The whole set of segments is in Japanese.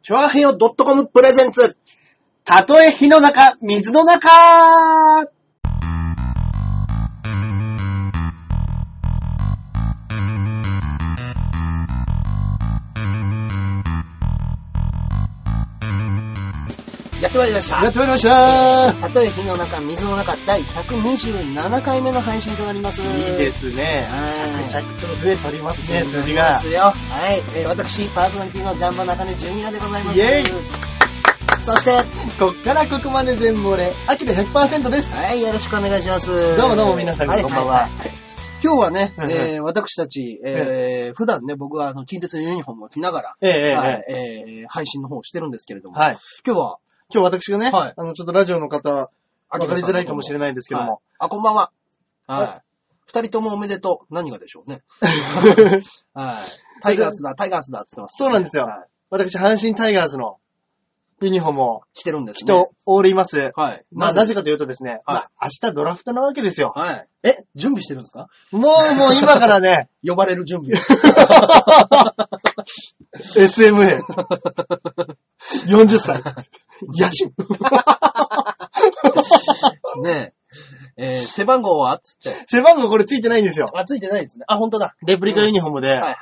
チョアヘヨ .com プレゼンツ。たとえ火の中、水の中。やってまいりました。 やってまいりましたたとえ火の中、水の中、第127回目の配信となります。 いいですね。着々と増えておりますね、数字が。 ですよ。はい。私、パーソナリティのジャンボ中根ジュニアでございます。 イェイ。 そして、 こっからここまで全部俺、アキラ 100% です。 はい、よろしくお願いします。 どうもどうも皆さん、こんばんは。 今日はね、私たち、普段ね、僕は近鉄のユニフォームを着ながら、配信の方をしてるんですけれども、 はい、 今日私がね、はい、ちょっとラジオの方、わかりづらいかもしれないんですけども。 はい、あ、こんばんは。はい。二人ともおめでとう。何がでしょうね。はい。タイガースだ、タイガースだって言ってます、ね。 そうなんですよ。はい、私、阪神タイガースのユニフォームを着てるんですね。 着ております。 はい。 なぜかというとですね、はい、明日ドラフトなわけですよ。 はい。準備してるんですか？ もう今からね。 呼ばれる準備。 SMA。40歳。野心。 ねえ。背番号はつって。 背番号これついてないんですよ。 あ、ついてないですね。あ、本当だ。 レプリカユニフォームで、 はいはいはい。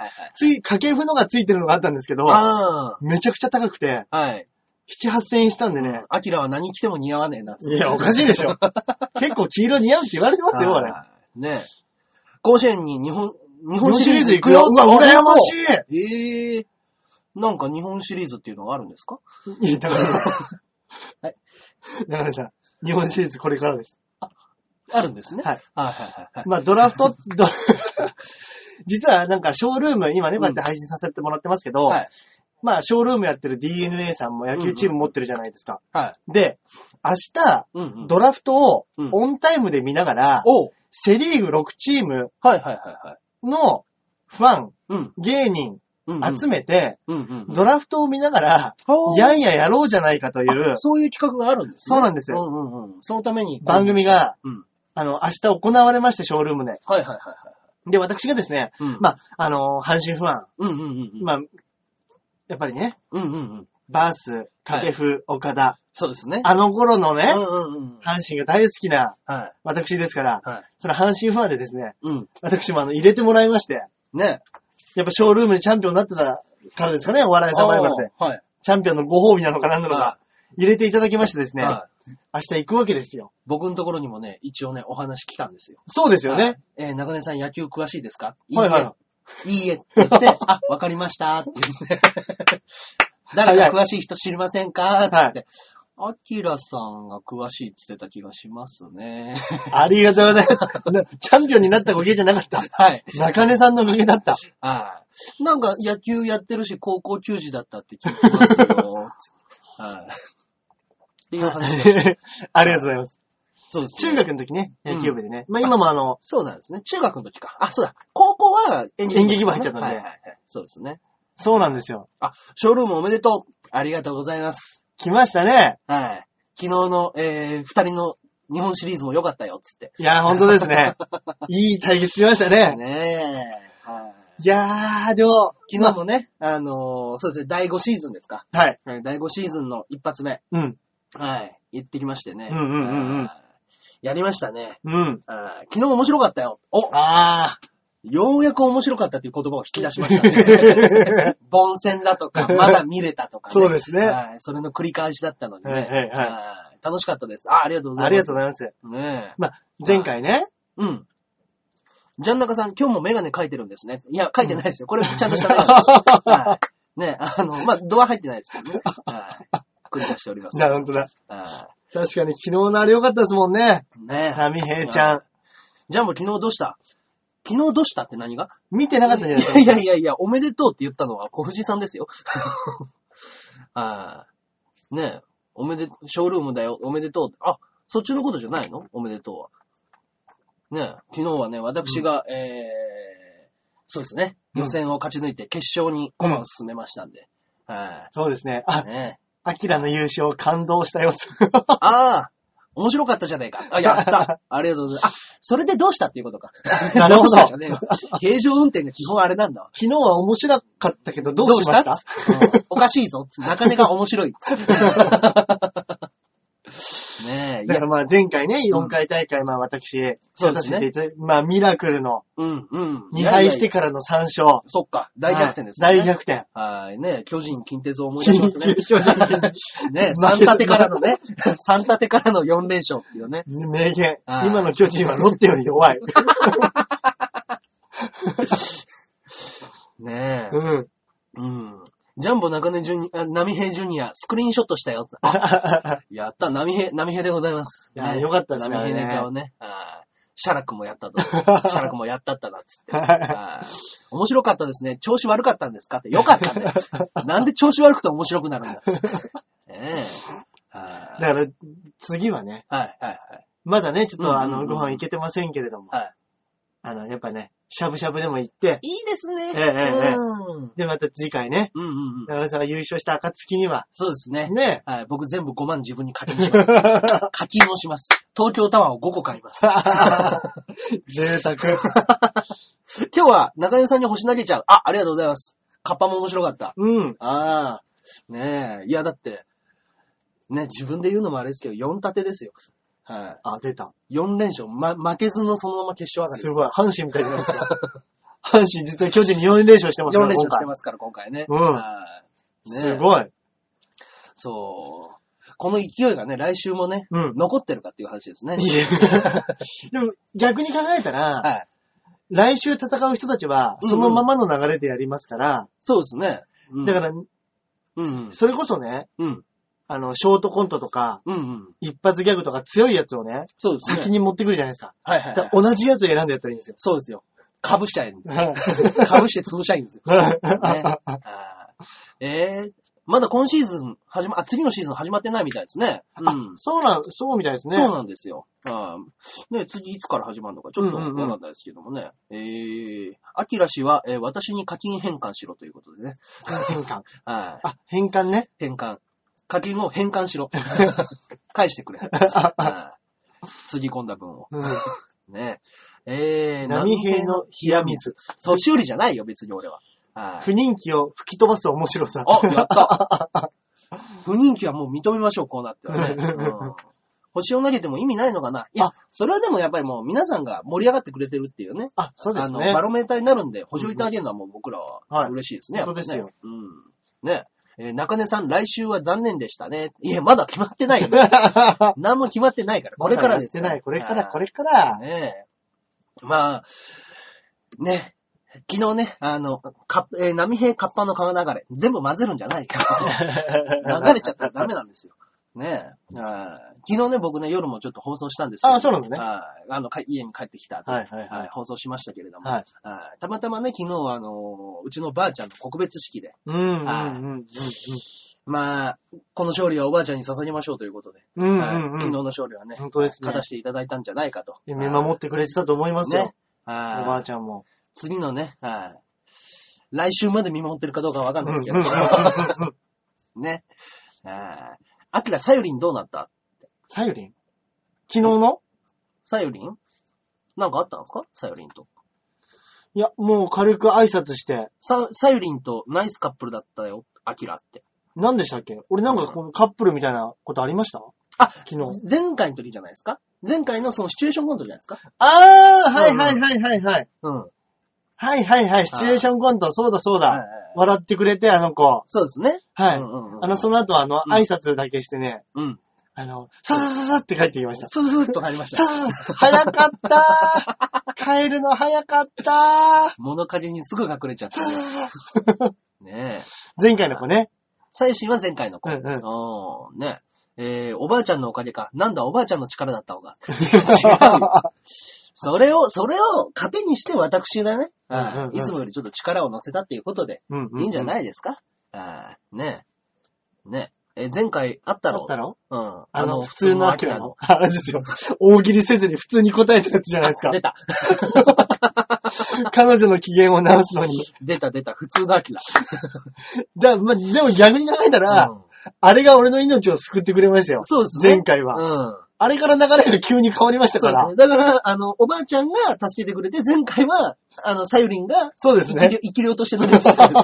掛け布がついてるのがあったんですけど、めちゃくちゃ高くて、 はい。 7、8000円したんでね。 アキラは何着ても似合わねえな。 いや、おかしいでしょ。結構黄色似合うって言われてますよ、あれ。 ねえ。甲子園に日本シリーズ行くよ。うわ、羨ましい。なんか日本シリーズっていうのがあるんですか？ いや、だから。はい。だからさ、日本シリーズこれからです。 あるんですね。 はい。 はいはいはい。 まあ、ドラフト、実はなんかショールーム、今ね、こうやって配信させてもらってますけど、はい。まあ、ショールームやってる DNA さんも野球チーム持ってるじゃないですか。 はい。 で、明日、ドラフトをオンタイムで見ながら、セリーグ6チームのファン、芸人、集めて、ドラフトを見ながら、やんややろうじゃないかという。 そういう企画があるんですね。 そうなんですよ。 そのために。 番組が、明日行われまして、ショールームで。 はいはいはい。 で、私がですね、まあ、阪神ファン。まあ、やっぱりね、バース、掛布、岡田。 そうですね。 あの頃のね、阪神が大好きな、私ですから、その阪神ファンでですね、私も入れてもらいまして、 ね。 やっぱショールームにチャンピオンになってたからですかね、お笑いサバイバルで。チャンピオンのご褒美なのか何なのか、入れていただきましてですね、明日行くわけですよ。 僕のところにもね、一応ね、お話来たんですよ。 そうですよね。 中根さん野球詳しいですか？ はいはい。 いいえって言って、あ、わかりましたって言って。誰か詳しい人知りませんかって言って。アキラさんが詳しいって言ってた気がしますね。 ありがとうございます。チャンピオンになったおかげじゃなかった。 はい。 中根さんのおかげだった。 はい。なんか野球やってるし、高校球児だったって聞いてますよ。はい。っていう話です。 ありがとうございます。 そうです、 ね。中学の時ね、野球部でね。まあ今もそうなんですね。中学の時か。あ、そうだ。高校は演劇部入っちゃったんで。 はい。そうですね。 そうなんですよ。 あ、ショールームおめでとう。ありがとうございます。 来ましたね。 はい。昨日の、二人の日本シリーズも良かったよ、つって。 いや、本当ですね。いい対決しましたね。 ねえ。はい。 いやー、でも、 昨日もね、そうですね、第5シーズンですか。 はい。 第5シーズンの一発目。はい。行ってきましてね。やりましたね。昨日面白かったよ。ようやく面白かったという言葉を引き出しましたね。凡戦だとか、まだ見れたとかね。 そうですね。 はい。それの繰り返しだったのでね。楽しかったです。ありがとうございます。 ありがとうございます。 ねえ。 まあ、前回ね。 ジャンナカさん、今日もメガネ描いてるんですね。いや、描いてないですよ。これちゃんとしたメガネです。はい。ねまあ、ドア入ってないですけどね。はい。繰り返しております。 ほんとだ。確かに昨日のあれ良かったですもんね。 ねえ。 波平ちゃん。 ジャンボ昨日どうしたって何が見てなかったんじゃないですか。 いや、おめでとうって言ったのは小藤さんですよ。ねえ、ショールームだよ、おめでとう。あ、そっちのことじゃないの？おめでとうは。ねえ、昨日はね、私が、そうですね、予選を勝ち抜いて決勝に駒を進めましたんで。 そうですね。 ねアキラの優勝感動したよ。 面白かったじゃねえか。あ、やった。ありがとうございます。あ、それでどうしたっていうことか。 なるほど。 どうしたじゃねえよ。平常運転が基本あれなんだ。 昨日は面白かったけど、どうしました？ おかしいぞ。中根が面白い。ねえ。 だからまあ前回ね、4回大会、まあ私、 そうですね。 まあミラクルの、2敗してからの3勝。 そっか、大逆転ですね。 大逆転。 はいね、巨人近鉄を思い出しますね。 巨人近鉄。 ね、3立てからのね、3立てからの4連勝っていうね。 名言。今の巨人はロッテより弱い。 ねえ。うん。ジャンボ中根波平ジュニア、スクリーンショットしたよ。やった、波平でございます。 いや、よかったですね。 波平ネタをね。シャラクもやったと。シャラクもやったったな、つって。面白かったですね。調子悪かったんですかって。よかったね。なんで調子悪くて面白くなるんだ。 だから、次はね。 はい。 まだね、ちょっとご飯行けてませんけれども。 はい。 やっぱね、しゃぶしゃぶでも行って。 いいですね。 で、また次回ね。中根さんが優勝した暁には。 そうですね。 ね。 はい。僕全部5万自分に課金します。課金をします。東京タワーを5個買います。 贅沢。 今日は中根さんに星投げちゃう。ありがとうございます。カッパも面白かった。ねえ。いや、だって、ね、自分で言うのもあれですけど、4立てですよ。はい。 出た。 4連勝。負けずのそのまま決勝上がりです。 すごい。阪神みたいじゃないですか。阪神実は巨人に4連勝してますから。 4連勝してますから、今回ね。 すごい。 そう。この勢いがね、来週もね、残ってるかっていう話ですね。 でも、逆に考えたら、来週戦う人たちは、そのままの流れでやりますから。 そうですね。 だから、それこそね、ショートコントとか、一発ギャグとか強いやつをね、 そうですね。 先に持ってくるじゃないですか。同じやつを選んでやったらいいんですよ。 そうですよ。かぶしちゃえ。かぶして潰しちゃいんですよ。まだ今シーズン次のシーズン始まってないみたいですね。 そうみたいですね。 そうなんですよ。ね、次いつから始まるのかちょっとわかんないですけどもね。アキラ氏は、私に課金返還しろということでね。 返還。返還ね。 返還。課金を返還しろ。返してくれ。つぎ込んだ分を。ね。 波平の冷や水。 年寄りじゃないよ、別に俺は。 不人気を吹き飛ばす面白さ。 やった。不人気はもう認めましょう、こうなってはね。星を投げても意味ないのかな。いや、それはでもやっぱりもう皆さんが盛り上がってくれてるっていうね。 そうですね。 バロメーターになるんで、星をいただけるのはもう僕らは嬉しいですね。 本当ですよ。 ね。中根さん、来週は残念でしたね。いや、まだ決まってないよね。何も決まってないから。これからですよ。 これから。 ねまあ、ね。昨日ね、波平カッパの川流れ、全部混ぜるんじゃないか。流れちゃったらダメなんですよ。ね昨日ね、僕ね、夜もちょっと放送したんですけど。 そうなんですね。 家に帰ってきた後、放送しましたけれども。たまたまね、昨日はうちのばあちゃんの告別式で。まあ、この勝利はおばあちゃんに捧げましょうということで。昨日の勝利はね、 本当ですね。 勝たせていただいたんじゃないかと。 見守ってくれてたと思いますよ。おばあちゃんも。 次のね、来週まで見守ってるかどうかはわかんないですけど。ね。アキラ、サユリンどうなった？ サユリン？昨日の？ サユリン？なんかあったんですか？サユリンと。 いや、もう軽く挨拶して。 サユリンとナイスカップルだったよ、アキラって。 何でしたっけ？俺なんかこのカップルみたいなことありました？昨日。 前回の時じゃないですか？前回のそのシチュエーションコントじゃないですか？ はい。シチュエーションコント、そうだ。笑ってくれて、あの子。 そうですね。 その後挨拶だけしてね。さって帰ってきました。 スーッと帰りました。 早かった帰るの早かった物陰にすぐ隠れちゃったね。ね前回の子ね。 最新は前回の子。ねおばあちゃんのおかげか。なんだおばあちゃんの力だったのか。違うよ。それを糧にして私がね、いつもよりちょっと力を乗せたっていうことで、いいんじゃないですか？ね。前回あったろ？ 普通のアキラの。あれですよ。大喜利せずに普通に答えたやつじゃないですか。 出た。 彼女の機嫌を直すのに。 出た。普通のアキラ。 でも逆に考えたら、あれが俺の命を救ってくれましたよ。 そうですね。 前回は。 あれから流れが急に変わりましたから。 そうですね。だから、おばあちゃんが助けてくれて、前回は、さゆりんが、 そうですね。 生き量として乗りつつある。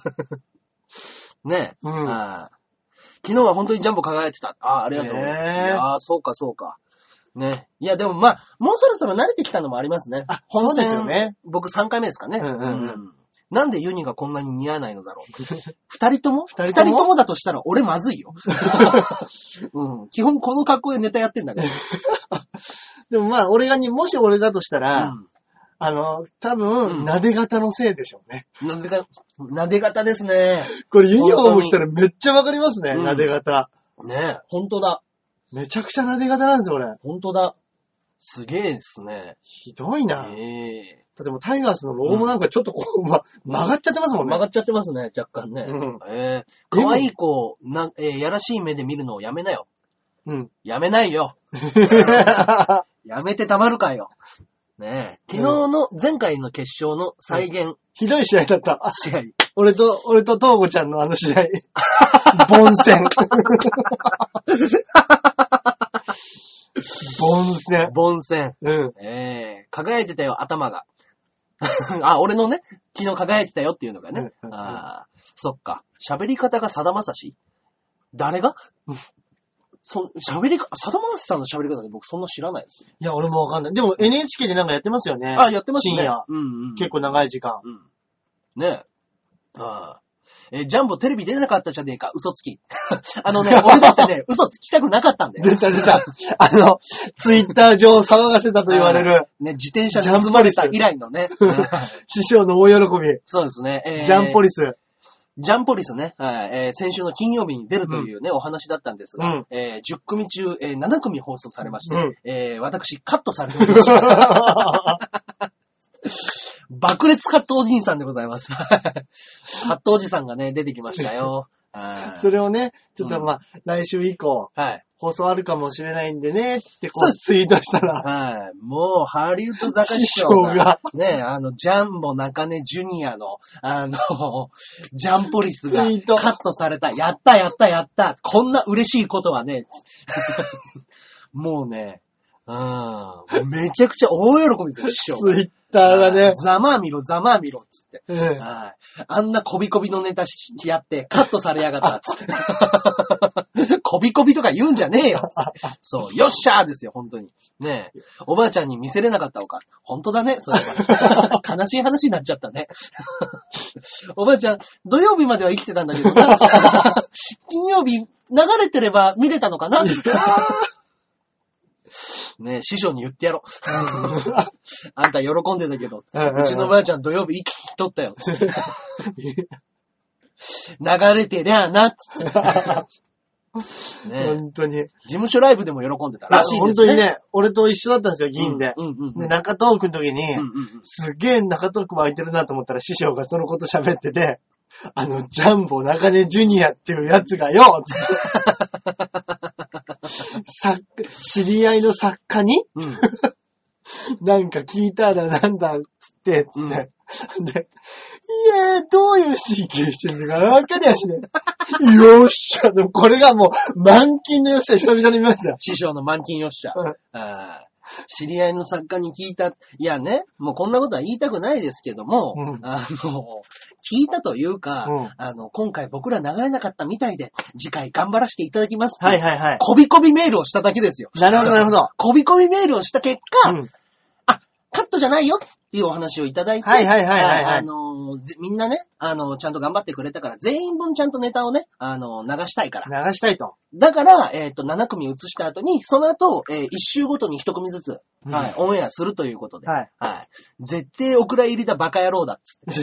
ねえ。昨日は本当にジャンボ輝いてた。ありがとう。いやそうか。ね。いや、でもまあ、もうそろそろ慣れてきたのもありますね。 本戦。そうですよね。 僕3回目ですかね。なんでユニがこんなに似合わないのだろう。二人ともだとしたら俺まずいよ。基本この格好でネタやってんだけど。 でもまあ、もし俺だとしたら、多分、撫で型のせいでしょうね。 撫で型ですね。 これユニフォーム着たらめっちゃわかりますね、撫で型。 ねえ、ほんとだ。 めちゃくちゃ撫で型なんですよ、俺。 ほんとだ。すげえですね。 ひどいな。だってもうタイガースのロゴもなんかちょっとこう、曲がっちゃってますもんね。 曲がっちゃってますね、若干ね。可愛い子、やらしい目で見るのをやめなよ。やめないよ。やめてたまるかよ。ねえ。昨日の、前回の決勝の再現。 ひどい試合だった。 試合。 俺と東子ちゃんのあの試合。凡戦。 凡戦。輝いてたよ、頭が。俺のね、昨日輝いてたよっていうのがね。そっか。喋り方がさだまさし？誰が？さだまさしさんの喋り方で僕そんな知らないです。 いや、俺もわかんない。でも NHK でなんかやってますよね。 やってますね。 深夜。結構長い時間。 ねえ。ジャンボテレビ出なかったじゃねえか、嘘つき。俺だってね、嘘つきたくなかったんだよ。 出た。ツイッター上騒がせたと言われる。 ね、自転車盗まれた以来のね。 師匠の大喜び。 そうですね。 ジャンポリス。 ジャンポリスね、先週の金曜日に出るというね、お話だったんですが、10組中、7組放送されまして、私、カットされておりました。爆裂カットおじいさんでございます。カットおじさんがね、出てきましたよ。 それをね、ちょっと来週以降、放送あるかもしれないんでね、ってこうツイートしたら。 もう、ハリウッド坂師匠が、ね、ジャンボ中根ジュニアの、ジャンポリスがカットされた。やった。こんな嬉しいことはね、もうね、めちゃくちゃ大喜びですよ、師匠。 ツイッターがね。 ざまあみろ、つって。あんなこびこびのネタやって、カットされやがった、つって。こびこびとか言うんじゃねえよ、つって。そう、よっしゃーですよ、本当に。ねえ。おばあちゃんに見せれなかったのか。本当だね、それは。悲しい話になっちゃったね。おばあちゃん、土曜日までは生きてたんだけどな。金曜日流れてれば見れたのかな。ねえ、師匠に言ってやろう。あんた喜んでたけど、うちのばあちゃん土曜日生きとったよ。流れてりゃあな、つって。 ね、本当に。 事務所ライブでも喜んでたらしいですね。 本当にね、俺と一緒だったんですよ、銀で。で、中東区の時に、すげえ中東区空いてるなと思ったら師匠がそのこと喋ってて、ジャンボ中根ジュニアっていうやつがよ、つって知り合いの作家に、なんか聞いたらなんだ、つって、で、どういう神経してるのかわかりやしね。よっしゃ、でもこれがもう満勤のよっしゃ、久々に見ましたよ。 師匠の満勤よっしゃ。知り合いの作家に聞いた。いやね、もうこんなことは言いたくないですけども、聞いたというか、今回僕ら流れなかったみたいで、次回頑張らせていただきますって。こびこびメールをしただけですよ。 なるほど、なるほど。 こびこびメールをした結果、カットじゃないよっていうお話をいただいて、みんなね、ちゃんと頑張ってくれたから、全員分ちゃんとネタをね、流したいから。 流したいと。 だから、7組映した後に、その後、1週ごとに1組ずつ、オンエアするということで。絶対お蔵入りだバカ野郎だっつって。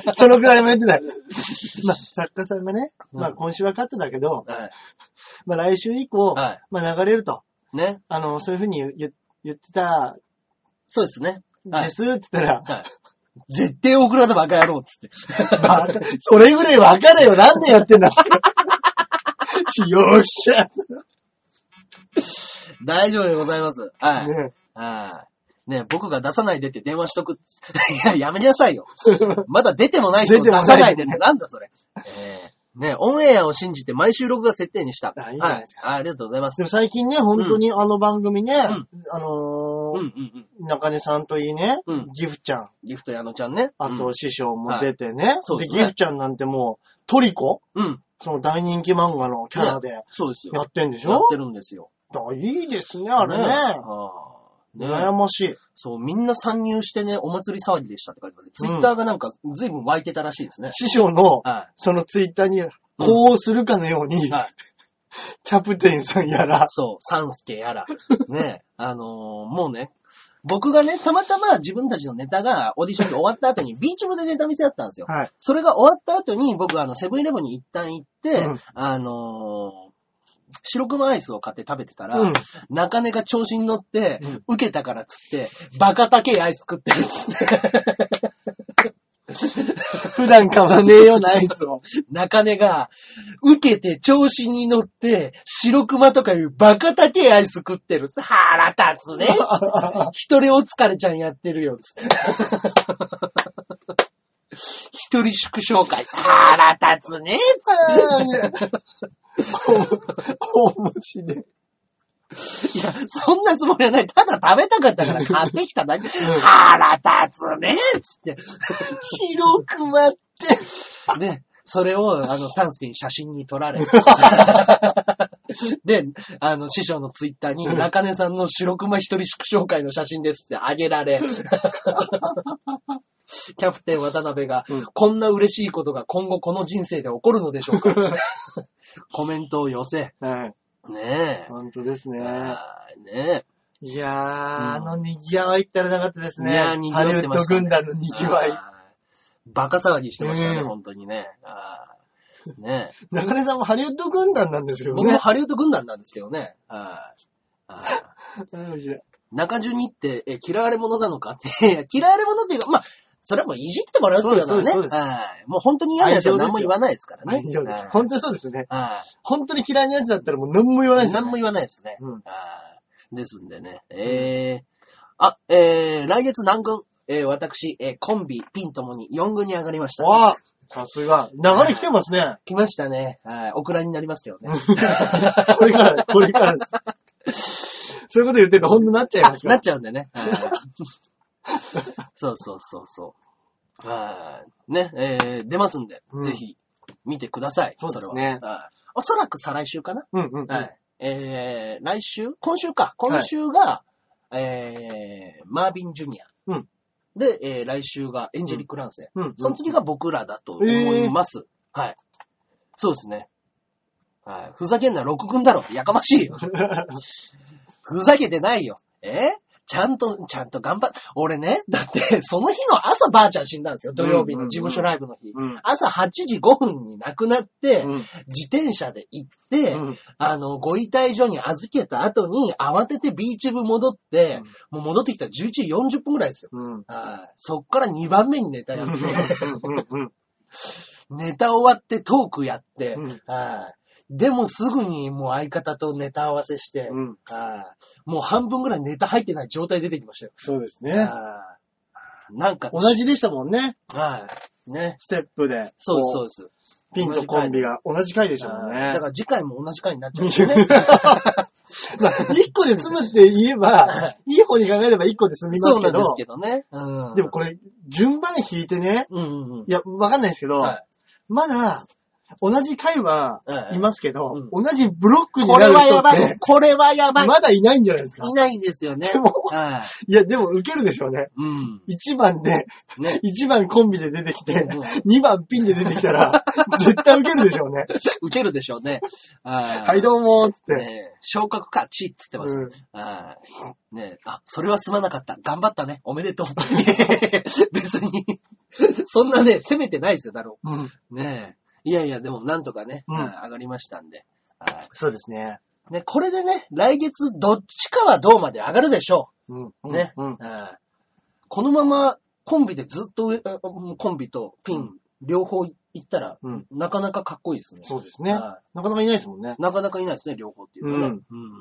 そのくらいも言ってない。作家さんがね、今週はカットだけど、来週以降、流れると。ね。そういうふうに言ってた。 そうですね。 ですって言ったら、 絶対オクラだバカ野郎っつって。 それぐらい分かれよ。何年やってんだよっしゃ。 大丈夫でございます。ね僕が出さないでって電話しとく。いや、やめなさいよ。まだ出てもない人出さないでね。なんだそれ。 ね、オンエアを信じて毎週録画設定にした。 いいじゃないですか。 はい。ありがとうございます。 でも最近ね、本当にあの番組ね、中根さんといいね、ギフちゃん。 ギフと矢野ちゃんね。 あと師匠も出てね。そうですね。で、ギフちゃんなんてもう、トリコその大人気漫画のキャラで。そうですよ。やってんでしょ？ やってるんですよ。 いいですね、あれね。羨ましい。 そう、みんな参入してね、お祭り騒ぎでしたって書いてます。ツイッターがなんか随分湧いてたらしいですね。 師匠の、そのツイッターに、こうするかのように、キャプテンさんやら。 そう、サンスケやら。ね、もうね、僕がね、たまたま自分たちのネタがオーディションで終わった後にビーチ部でネタ見せだったんですよ。はい。それが終わった後に僕セブンイレブンに一旦行って、白熊アイスを買って食べてたら、中根が調子に乗って、受けたからっつって、バカ高いアイス食ってるっつって。 普段買わねえようなアイスを。 中根が、受けて調子に乗って、白熊とかいうバカ高いアイス食ってる。腹立つね。一人お疲れちゃんやってるよ、つって。一人祝勝会。腹立つね、つって。 面白い。 いや、そんなつもりはない。ただ食べたかったから買ってきただけ。腹立つねつって。 白熊って。 で、それを、サンスケに写真に撮られ。で、師匠のツイッターに、中根さんの白熊一人祝勝会の写真ですってあげられ。キャプテン渡辺が、こんな嬉しいことが今後この人生で起こるのでしょうか。コメントを寄せ。はい。ねえ。 本当ですね。 ねえ。 いやー、賑わいったらなかったですね。いやー、賑わってました、ね。 ハリウッド軍団の賑わい。 バカ騒ぎしてましたね、本当にね。ねえ。 中根さんもハリウッド軍団なんですけどね。 僕もハリウッド軍団なんですけどね。中中にって、嫌われ者なのか嫌われ者っていうか、まあ、それはもういじってもらうっていうのはね。もう本当に嫌なやつは何も言わないですからね。 本当にそうですね。本当に嫌いなやつだったらもう何も言わないですね。 何も言わないですね。ですんでね。来月何軍私、コンビ、ピンともに4軍に上がりました。 わあさすが。流れ来てますね。 来ましたね。オクラになりますけどね。 これからです。そういうこと言ってるとほんとなっちゃいますから。 なっちゃうんでね。そう。ね、出ますんで、ぜひ見てください。 そうですね。 おそらく再来週かな。来週今週か。今週が、マービン・ジュニア。で、来週がエンジェリック・ランセ。その次が僕らだと思います。はい。そうですね。はい。ふざけんな、6軍だろ。やかましいよ。ふざけてないよ。ちゃんと頑張っ、俺ね、だって、その日の朝ばあちゃん死んだんですよ。土曜日の事務所ライブの日。朝8時5分に亡くなって、自転車で行って、ご遺体所に預けた後に、慌ててビーチ部戻って、もう戻ってきたら11時40分くらいですよ。そっから2番目にネタやって、ネタ終わってトークやって、でもすぐにもう相方とネタ合わせして、もう半分ぐらいネタ入ってない状態出てきましたよ。 そうですね。 なんか。 同じでしたもんね。 ね。 ステップで。 そうです。 ピンとコンビが同じ回でしたもんね。 だから次回も同じ回になっちゃうんですよね。 まあ、1個で済むって言えば、いい方に考えれば1個で済みますけど。そうなんですけどね。 でもこれ、順番引いてね。いや、わかんないですけど、まだ、同じ回はいますけど、同じブロックになる人って、 これはやばい。 まだいないんじゃないですか。 いないんですよね。 でも、いや、でも受けるでしょうね。1番で、1番コンビで出てきて、2番ピンで出てきたら、絶対受けるでしょうね。 受けるでしょうね。 はい、どうもーつって。 昇格か、チッつってます。ねそれはすまなかった。頑張ったね。おめでとう。別に、そんなね、責めてないですよ、だろう。ねえ。いや、でもなんとかね、上がりましたんで。 そうですね。 ね、これでね、来月どっちかはどうまで上がるでしょう。ね。このままコンビでずっとコンビとピン両方行ったら、なかなかかっこいいですね。 そうですね。なかなかいないですもんね。 なかなかいないですね、両方っていうの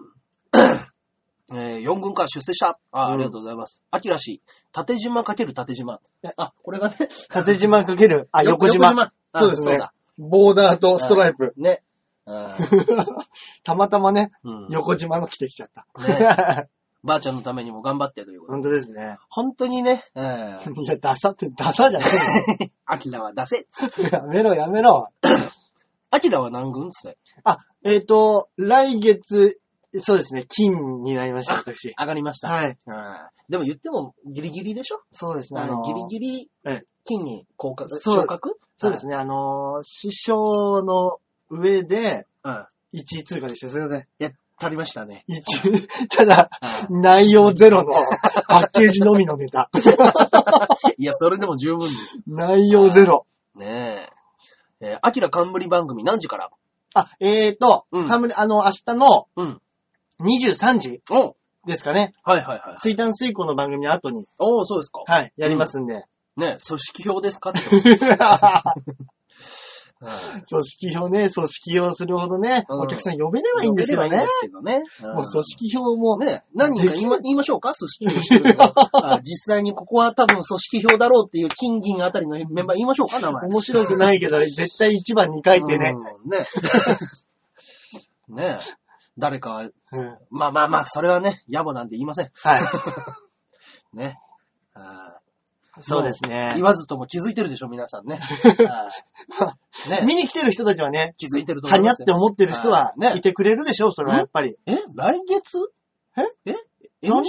ね。4軍から出世した。ありがとうございます。アキラ氏、縦島×縦島。これがね。 縦島×横島。 そうですね。 ボーダーとストライプ。 ね。 たまたまね、横島の着てきちゃった。 ね。ばあちゃんのためにも頑張ってということ。 本当ですね。 本当にね。 いや、ダサじゃない。 アキラは出せ。 やめろ、やめろ。 アキラは何軍っすね。 来月、そうですね、金になりました、私。 上がりました。 はい。 でも言ってもギリギリでしょ？ そうですね。 ギリギリ、金に昇格？ そうですね、師匠の上で、1位通過でした。すいません。 いや、足りましたね。 ただ、内容ゼロのパッケージのみのネタ。 いや、それでも十分です。 内容ゼロ。 ねえ。アキラ冠番組何時から？ 冠、明日の、23時ですかね。 はいはいはい。 水炭水耕の番組の後に。 そうですか。 はい、やりますんで。 ね、組織票ですかって。 組織票ね、組織票するほどね、お客さん呼べればいいんですよね。 呼べればいいんですけどね。 もう組織票も。 ね、何人か言いましょうか？組織票してるの。実際にここは多分組織票だろうっていう金銀あたりのメンバー言いましょうか？名前。 面白くないけど、絶対1番に書いてね。 ね。ね誰か、まあ、それはね、野暮なんて言いません。 はい。 ね。 そうですね。 言わずとも気づいてるでしょ、皆さんね。 ね見に来てる人たちはね、 気づいてると思いますよ。 はにゃって思ってる人はいてくれるでしょ、それはやっぱり。 来月え MC?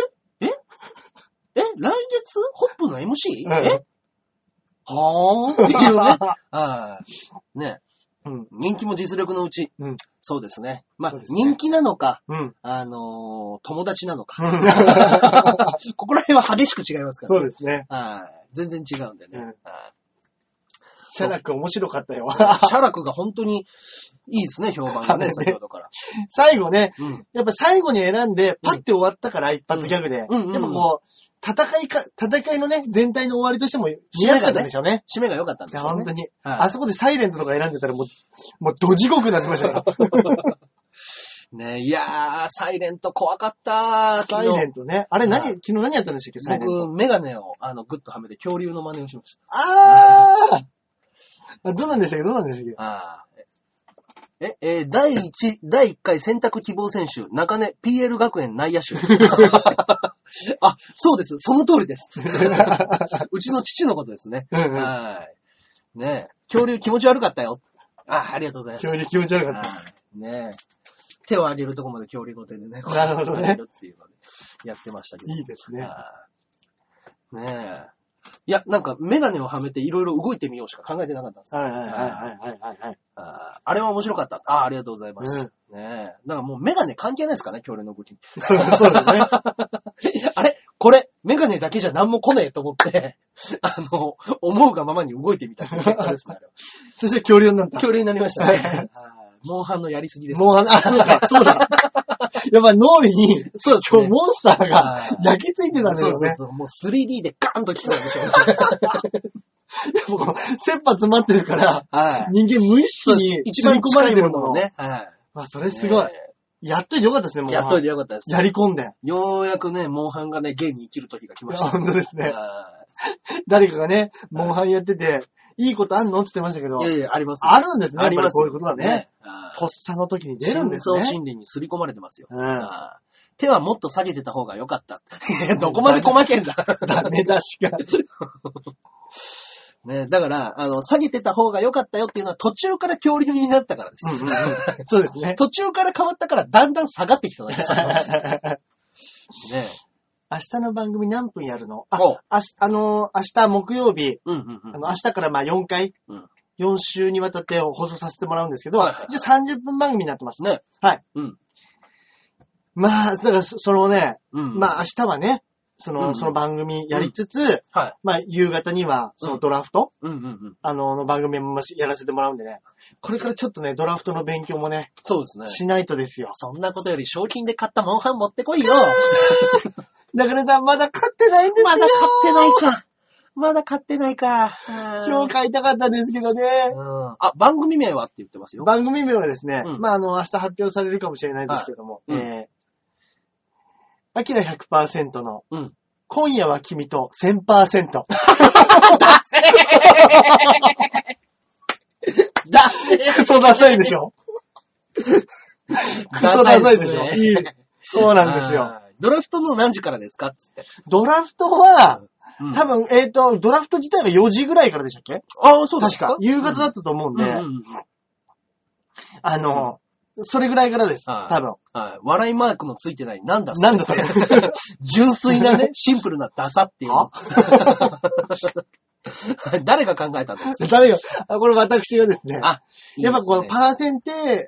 来月ホップの MC? はーんっていうね。ね。人気も実力のうち。そうですね。まあ、人気なのか、友達なのか。ここら辺は激しく違いますからね。そうですね。 全然違うんでね。 シャラク面白かったよ。 シャラクが本当にいいですね、評判がね、先ほどから。 最後ね、やっぱ最後に選んで、パッて終わったから一発ギャグで。やっぱこう、戦いのね、全体の終わりとしても見やすかったでしょうね。 締めが良かったんですよね。 本当に。あそこでサイレントとか選んでたらもうド地獄になってましたよ。 ねいやー、サイレント怖かったサイレントね。あれ昨日何やったんでしたっけ、サイレント。 僕、メガネをグッとはめて恐竜の真似をしました。 どうなんでしたっけ第1回選択希望選手、中根 PL 学園内野手。そうです。その通りです。うちの父のことですね。はい。ね恐竜気持ち悪かったよ。ありがとうございます。 恐竜気持ち悪かった。 ね手を上げるとこまで恐竜の手でね。 なるほどね。 っていうのでやってましたけど。 いいですね。 ねいや、なんか、メガネをはめていろいろ動いてみようしか考えてなかったんですよ。あれは面白かった。ありがとうございます。ねだからもうメガネ関係ないですかね、恐竜の動きに。 そうだね。 あれこれ、メガネだけじゃ何も来ねえと思って、思うがままに動いてみたって結果ですね。 そして恐竜になった。 恐竜になりましたね。モンハンのやりすぎです。 そうだ。やっぱ脳裏に、 そうですね。 モンスターが焼き付いてたんだよね。 そう。もう 3D でガーンと来てたんでしょうね。 でも、切羽詰まってるから、人間無意識に一番近いものをね。 それすごい。やっといてよかったですね、もう。 やっといてよかったです。 やり込んで。 ようやくね、モンハンがね、ゲイに生きる時が来ました。 本当ですね。誰かがね、モンハンやってて、いいことあんのって言ってましたけど。 いや、あります。 あるんですね。 あります。 こういうことはね。とっさの時に出るんですね。 深層心理に刷り込まれてますよ。手はもっと下げてた方が良かった。どこまで細けんだ。 ダメ出しが。 ね、だから、下げてた方が良かったよっていうのは途中から恐竜になったからです。 そうですね。 途中から変わったからだんだん下がってきたわけです。ね明日の番組何分やるの？明日木曜日、明日から4回、4週にわたって放送させてもらうんですけど、じゃあ30分番組になってますね。はい。まあ、だからそのね、まあ明日はね、その番組やりつつ、まあ夕方にはそのドラフト、の番組もやらせてもらうんでね、これからちょっとね、ドラフトの勉強もね、 そうですね。 しないとですよ。 そんなことより賞金で買ったモンハン持ってこいよ。 だからさんまだ買ってないんですよ。 まだ買ってないか。まだ買ってないか。 今日買いたかったんですけどね。 番組名はって言ってますよ。 番組名はですね、まあ明日発表されるかもしれないですけども、アキラ 100% の、今夜は君と 1000%。 ダセーダセー。 クソダサいでしょ。クソダサいでしょ。いい。そうなんですよ。 ドラフトの何時からですかっつって。 ドラフトは、多分、ドラフト自体が4時ぐらいからでしたっけ？ ああ、そうですか。 確か。夕方だったと思うんで、それぐらいからです。多分。 笑いマークのついてない。なんだそれ。なんだそれ。 純粋なね、シンプルなダサっていう。誰が考えたんですか？ 誰が、これ私がですね。やっぱこのパーセン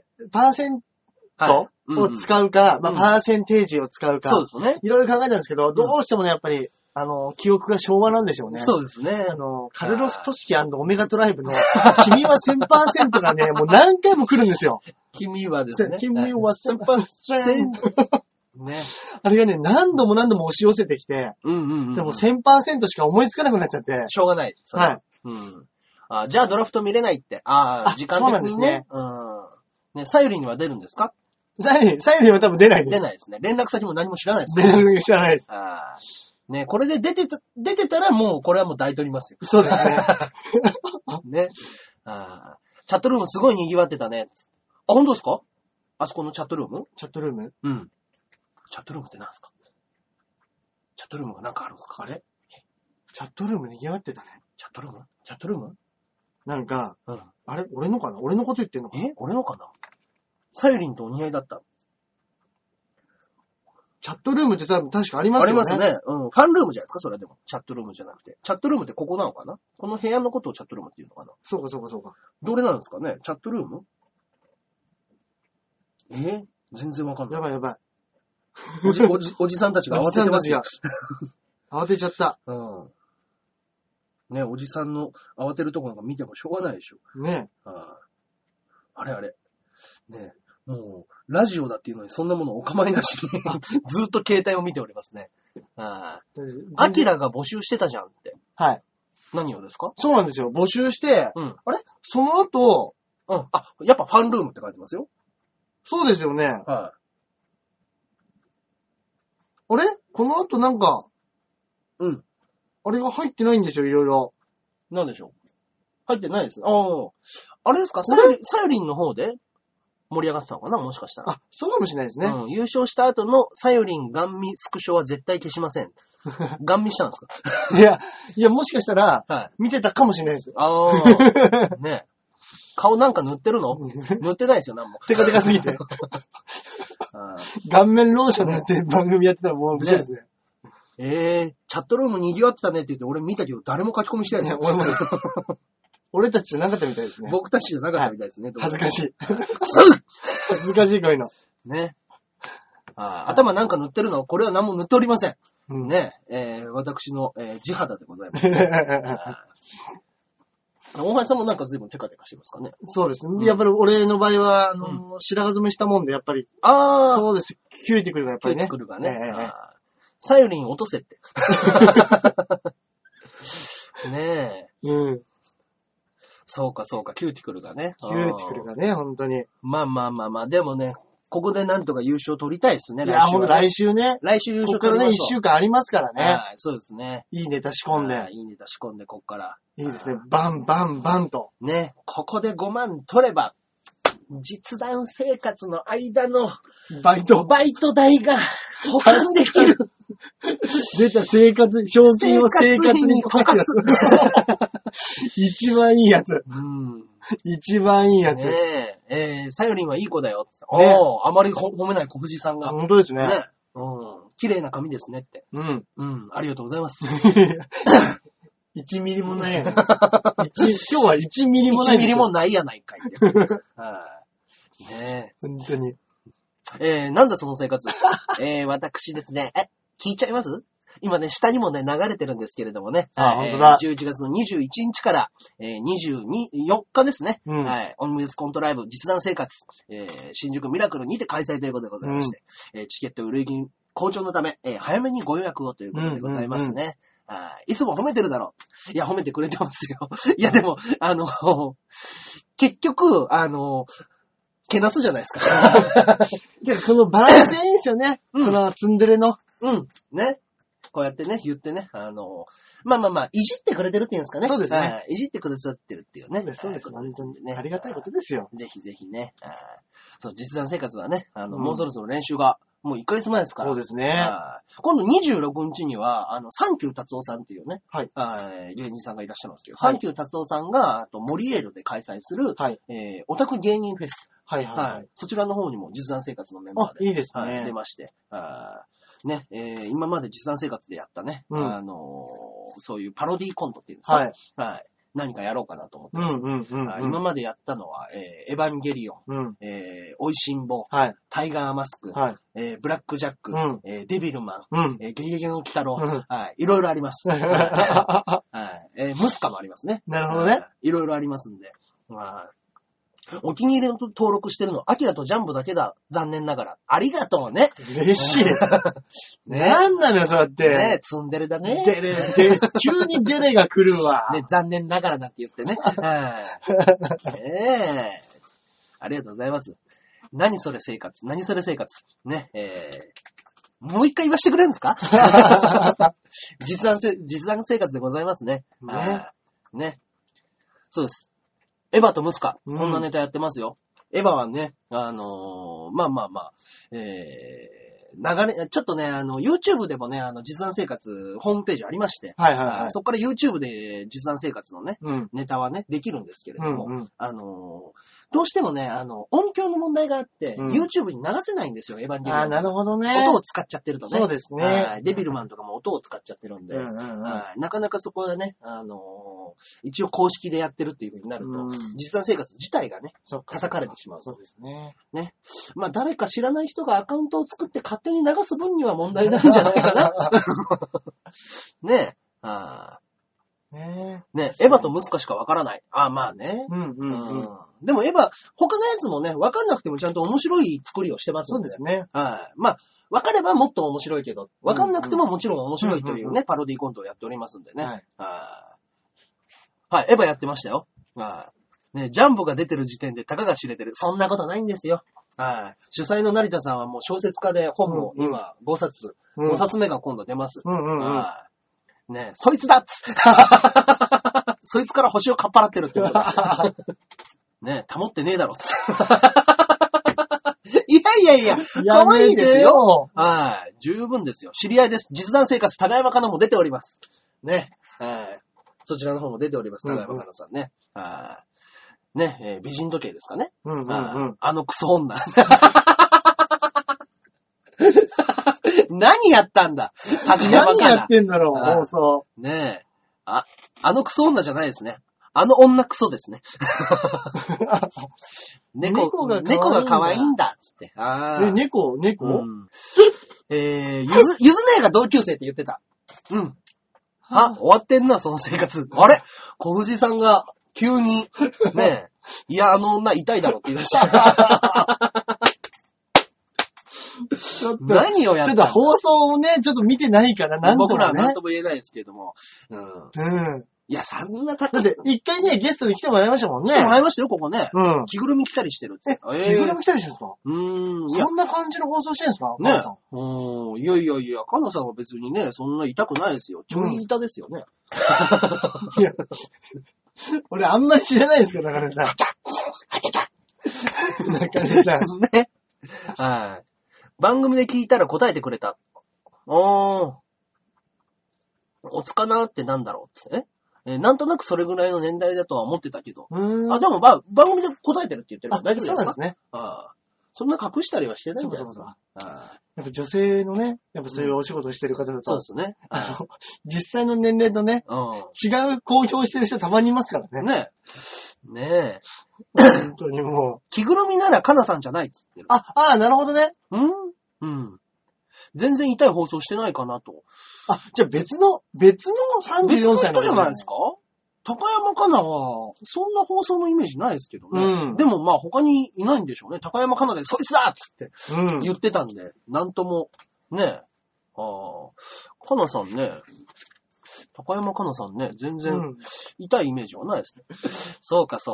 トを使うか、パーセンテージを使うか。 そうですね。 いろいろ考えたんですけど、どうしてもね、やっぱり、記憶が昭和なんでしょうね。 そうですね。 カルロス・トシキ&オメガトライブの、君は 1000% がね、もう何回も来るんですよ。 君はですね。 君は 1000%。 ね。 あれがね、何度も何度も押し寄せてきて、でも 1000% しか思いつかなくなっちゃって。 しょうがない。 はい。 じゃあドラフト見れないって。時間的にね。ね、サユリンには出るんですか？ サユリンは多分出ないです。 出ないですね。連絡先も何も知らないですか？連絡先知らないです。 ね、これで出てたらもう、これはもう大取りますよ。 そうですね。 ね。チャットルームすごい賑わってたね。本当ですか？あそこのチャットルーム？ チャットルーム？ うん。チャットルームって何ですか？チャットルームが何かあるんですか？ あれ？チャットルーム賑わってたね。 チャットルームなんか、あれ俺のかな？俺のこと言ってんのかな？ 俺のかな？サユリンとお似合いだった。 チャットルームって多分確かありますよね。 ありますね。ファンルームじゃないですか、それでも。チャットルームじゃなくて。チャットルームってここなのかな？この部屋のことをチャットルームっていうのかな？ そうか。 どれなんですかね？チャットルーム？全然わかんない。 やばい。 おじさんたちが慌ててますよ。 慌てちゃった。 ね、おじさんの慌てるとこなんか見てもしょうがないでしょ。 ね。 あれ。ね、もう、ラジオだっていうのにそんなものお構いなしにずっと携帯を見ておりますね。アキラが募集してたじゃんって。 はい。 何をですか？ そうなんですよ。募集して、あれその後、 やっぱファンルームって書いてますよ。 そうですよね。はい。あれこの後なんか、あれが入ってないんですよ、いろいろ。 なんでしょう？入ってないです。あれですか？サユリンの方で盛り上がってたのかな？もしかしたら。 そうかもしれないですね。 優勝した後のサユリンガン見スクショは絶対消しません。ガン見したんですか？いや、もしかしたら、見てたかもしれないです。 ね。顔なんか塗ってるの？塗ってないですよ、なんも。 テカテカすぎて。顔面ローション塗って番組やってたらもう面白いですね。 チャットルーム賑わってたねって言って俺見たけど誰も書き込みしてないですよ。 俺もです。俺たちじゃなかったみたいですね。 僕たちじゃなかったみたいですね。 恥ずかしい。恥ずかしいこういうの。 ね。頭なんか塗ってるの？これは何も塗っておりません。ね。私の、地肌でございます。大橋さんもなんか随分テカテカしてますかね。 そうですね。やっぱり俺の場合は、白髪染めしたもんで、やっぱり。そうです。キューティクルがやっぱりね。 キューティクルがね。サユリン落とせって。ねえ。そうか、キューティクルがね。 キューティクルがね、本当に。 まあ、でもね、ここでなんとか優勝取りたいですね、 来週。いや、ほんと来週ね。 来週優勝取りましょう。ここからね、1週間ありますからね。 そうですね。 いいネタ仕込んで。 こっから。 いいですね。バンバンバンと。 ね、ここで5万取れば、実弾生活の間のバイト代が保管できる。 出た賞金を生活に溶かす。一番いいやつ。一番いいやつ。 サヨリンはいい子だよ。あまり褒めない小藤さんが。 本当ですね。 綺麗な髪ですねって。ありがとうございます。 1ミリもないやない。今日は1ミリもない。 1ミリもないやないかい。 ねえ。本当に。 なんだその生活。私ですね。聞いちゃいます？今ね、下にもね、流れてるんですけれどもね。 本当だ。 11月の21日から、4日ですね。はい。オンミスコントライブ実弾生活、新宿ミラクルにて開催ということでございまして、チケット売れ行き好調のため、早めにご予約をということでございますね。いつも褒めてるだろう。いや、褒めてくれてますよ。いや、でも、結局、けなすじゃないですか。 で、このバランスいいんですよね。そのツンデレの。 ね。 こうやってね、言ってね、まあ、いじってくれてるっていうんですかね。 そうですね。 いじってくださってるっていうね。 そうです。本当にね。ありがたいことですよ。 ぜひぜひね。そう、実弾生活はね、もうそろそろ練習が、もう1ヶ月前ですから。 そうですね。 今度26日には、サンキュー達夫さんっていうね、 はい。 芸人さんがいらっしゃるんですけど、サンキュー達夫さんが、モリエールで開催する、はい。オタク芸人フェス。はいはいはい。そちらの方にも実弾生活のメンバーで。 いいですね。 出まして。ね、今まで実弾生活でやったね、そういうパロディーコントっていうんですか。はい。はい。何かやろうかなと思ってます。今までやったのは、エヴァンゲリオン、おいしんぼ、はい、タイガーマスク、はい、ブラックジャック、デビルマン、ゲゲゲの鬼太郎、はい、いろいろあります。はい、ムスカもありますね。 なるほどね。 いろいろありますんで。お気に入りの登録してるの、アキラとジャンボだけだ。残念ながら。ありがとうね。 嬉しい。ね、なんなのよ、そうやって。 ね、ツンデレだね。 急にデレが来るわ。 ね、残念ながらなんて言ってね。ありがとうございます。何それ生活。何それ生活。ね、もう一回言わせてくれるんですか実弾生活でございますね。ね。そうです。エヴァとムスカ。こんなネタやってますよ。エヴァはね、流れ、ちょっとね、YouTube でもね、実弾生活ホームページありまして、はいはいはい、そこから YouTube で実弾生活のね、ネタはね、できるんですけれども、どうしてもね、音響の問題があって、YouTube に流せないんですよ、エヴァンゲリオン。 なるほどね。 音を使っちゃってるとね。 そうですね。 デビルマンとかも音を使っちゃってるんで、なかなかそこでね、一応公式でやってるっていう風になると、実弾生活自体がね、叩かれてしまう。 そうですね。 ね。まあ、誰か知らない人がアカウントを作って勝手に流す分には問題ないんじゃないかな。ねえ。ねえ、エヴァとムスカしかわからない。まあね。でもエヴァ、他のやつもね、わかんなくてもちゃんと面白い作りをしてますんで。 そうですね。 まあ、わかればもっと面白いけど、わかんなくてももちろん面白いというね、パロディコントをやっておりますんでね。はい、エヴァやってましたよ。ね、ジャンボが出てる時点でたかが知れてる。そんなことないんですよ。主催の成田さんはもう小説家で本も今5冊、5冊目が今度出ます。ね、そいつだっつそいつから星をかっぱらってるってことだ。ね、保ってねえだろっついや、可愛いですよ。十分ですよ。知り合いです。実弾生活、高山かなも出ております。ね。そちらの方も出ております、高山かなさんね。ね、美人時計ですかね。クソ女。何やったんだ何やってんだろう、放送。 ねえ。クソ女じゃないですね。女クソですね。猫が可愛いんだ、つって。 猫ゆずねえが同級生って言ってた。終わってんな、その生活。あれ小藤さんが、急に、ねえ、いや、女痛いだろって言い出した。何をやったちょっと放送をね、ちょっと見てないから、なんともね。 僕らは何とも言えないですけれども。いや、そんな高さ。だって、一回ね、ゲストに来てもらいましたもんね。 来てもらいましたよ、ここね。着ぐるみ着たりしてるって。 着ぐるみ着たりしてるんですかそんな感じの放送してるんですかね。いや、かなさんは別にね、そんな痛くないですよ。ちょい痛ですよね。 いや、俺あんまり知らないですけど、中根さん。中根さん。 ね。番組で聞いたら答えてくれた。おつかなってなんだろうってなんとなくそれぐらいの年代だとは思ってたけど。でも番組で答えてるって言ってるから大丈夫ですか？ そうなんですね。 そんな隠したりはしてないんじゃないですか。 やっぱ女性のね、やっぱそういうお仕事をしてる方だと。 そうですね。 実際の年齢とね、違う公表してる人たまにいますからね。 ねえ。 本当にもう。 着ぐるみならかなさんじゃないっつってる。 なるほどね。 全然痛い放送してないかなと。 じゃあ別の34歳の人じゃないですか？高山かなは、そんな放送のイメージないですけどね。でもまあ他にいないんでしょうね。高山かなでそいつだっつって言ってたんで、なんとも、ね。かなさんね、高山かなさんね、全然痛いイメージはないですね。そうか。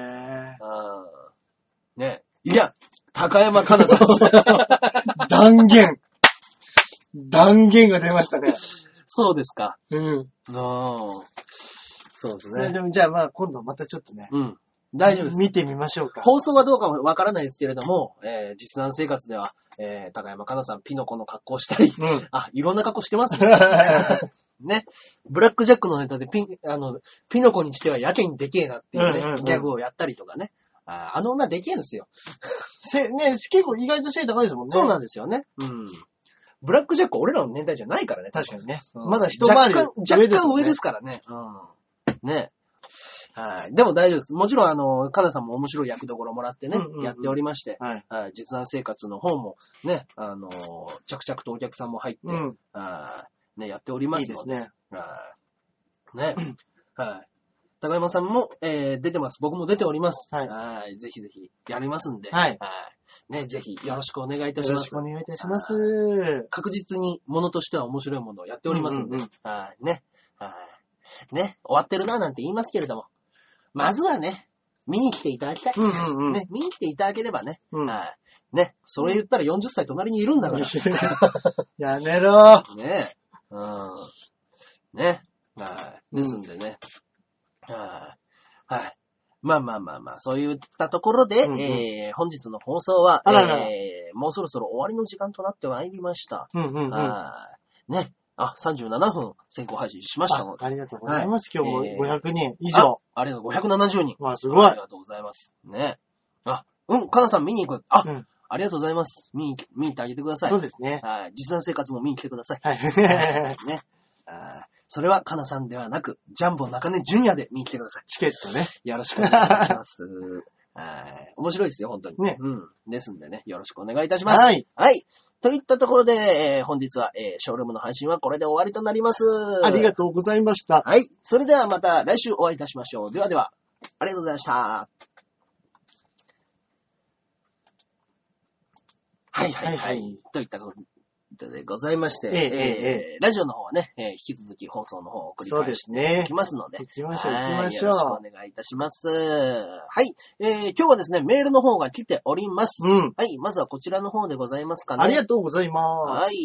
ね。いや、高山かなだ。 断言が出ましたね。 そうですか。 うん。 そうですね。 でもじゃあまあ今度またちょっとね。 うん。大丈夫です。 見てみましょうか。 放送はどうかわからないですけれども、実弾生活では、高山かなさん、ピノコの格好をしたり、いろんな格好してますね。ね。ブラックジャックのネタでピノコにしてはやけにでけえなっていうね、ギャグをやったりとかね。あの女でけえんですよ。 ね、結構意外と背高いですもんね。 そうなんですよね。うん。ブラックジャックは俺らの年代じゃないからね。 確かにね。まだ一回り若干上ですからね。ね。はい。でも大丈夫です。もちろん、かなさんも面白い役どころもらってね、やっておりまして、実弾生活の方もね、着々とお客さんも入って、ね、やっておりますので。いいですね。ね。はい。高山さんも、出てます。僕も出ております。はい。ぜひぜひやりますんで。はい。ね、ぜひよろしくお願いいたします。よろしくお願いいたします。 確実にものとしては面白いものをやっておりますんで。はい。ね。はい。ね、終わってるななんて言いますけれども。まずはね、見に来ていただきたい。ね、見に来ていただければね。ね、それ言ったら40歳隣にいるんだから。 やめろ。 ね。ね。ですんでね。はい。まあ、そういったところで、本日の放送は、もうそろそろ終わりの時間となってまいりました。ね。37分先行配信しましたので。 ありがとうございます。今日も500人以上。 ありがとう、570人。 わ、すごい。 ありがとうございます。ね。かなさん見に行く。ありがとうございます。見に行ってあげてください。 そうですね。 実弾生活も見に来てください。はい。ね。それはかなさんではなく、ジャンボ中根ジュニアで見に来てください。 チケットね。 よろしくお願いします。面白いですよ、本当に。ね。ですんでね、よろしくお願いいたします。はい。はい。といったところで、本日は、ショールームの配信はこれで終わりとなります。 ありがとうございました。 はい。それではまた来週お会いいたしましょう。ではでは、ありがとうございました。はい。といったことでございまして、ラジオの方はね、引き続き放送の方を繰り返していきますので。 行きましょう。 よろしくお願いいたします。はい。今日はですね、メールの方が来ております。はい。まずはこちらの方でございますかね。 ありがとうございます。 はい。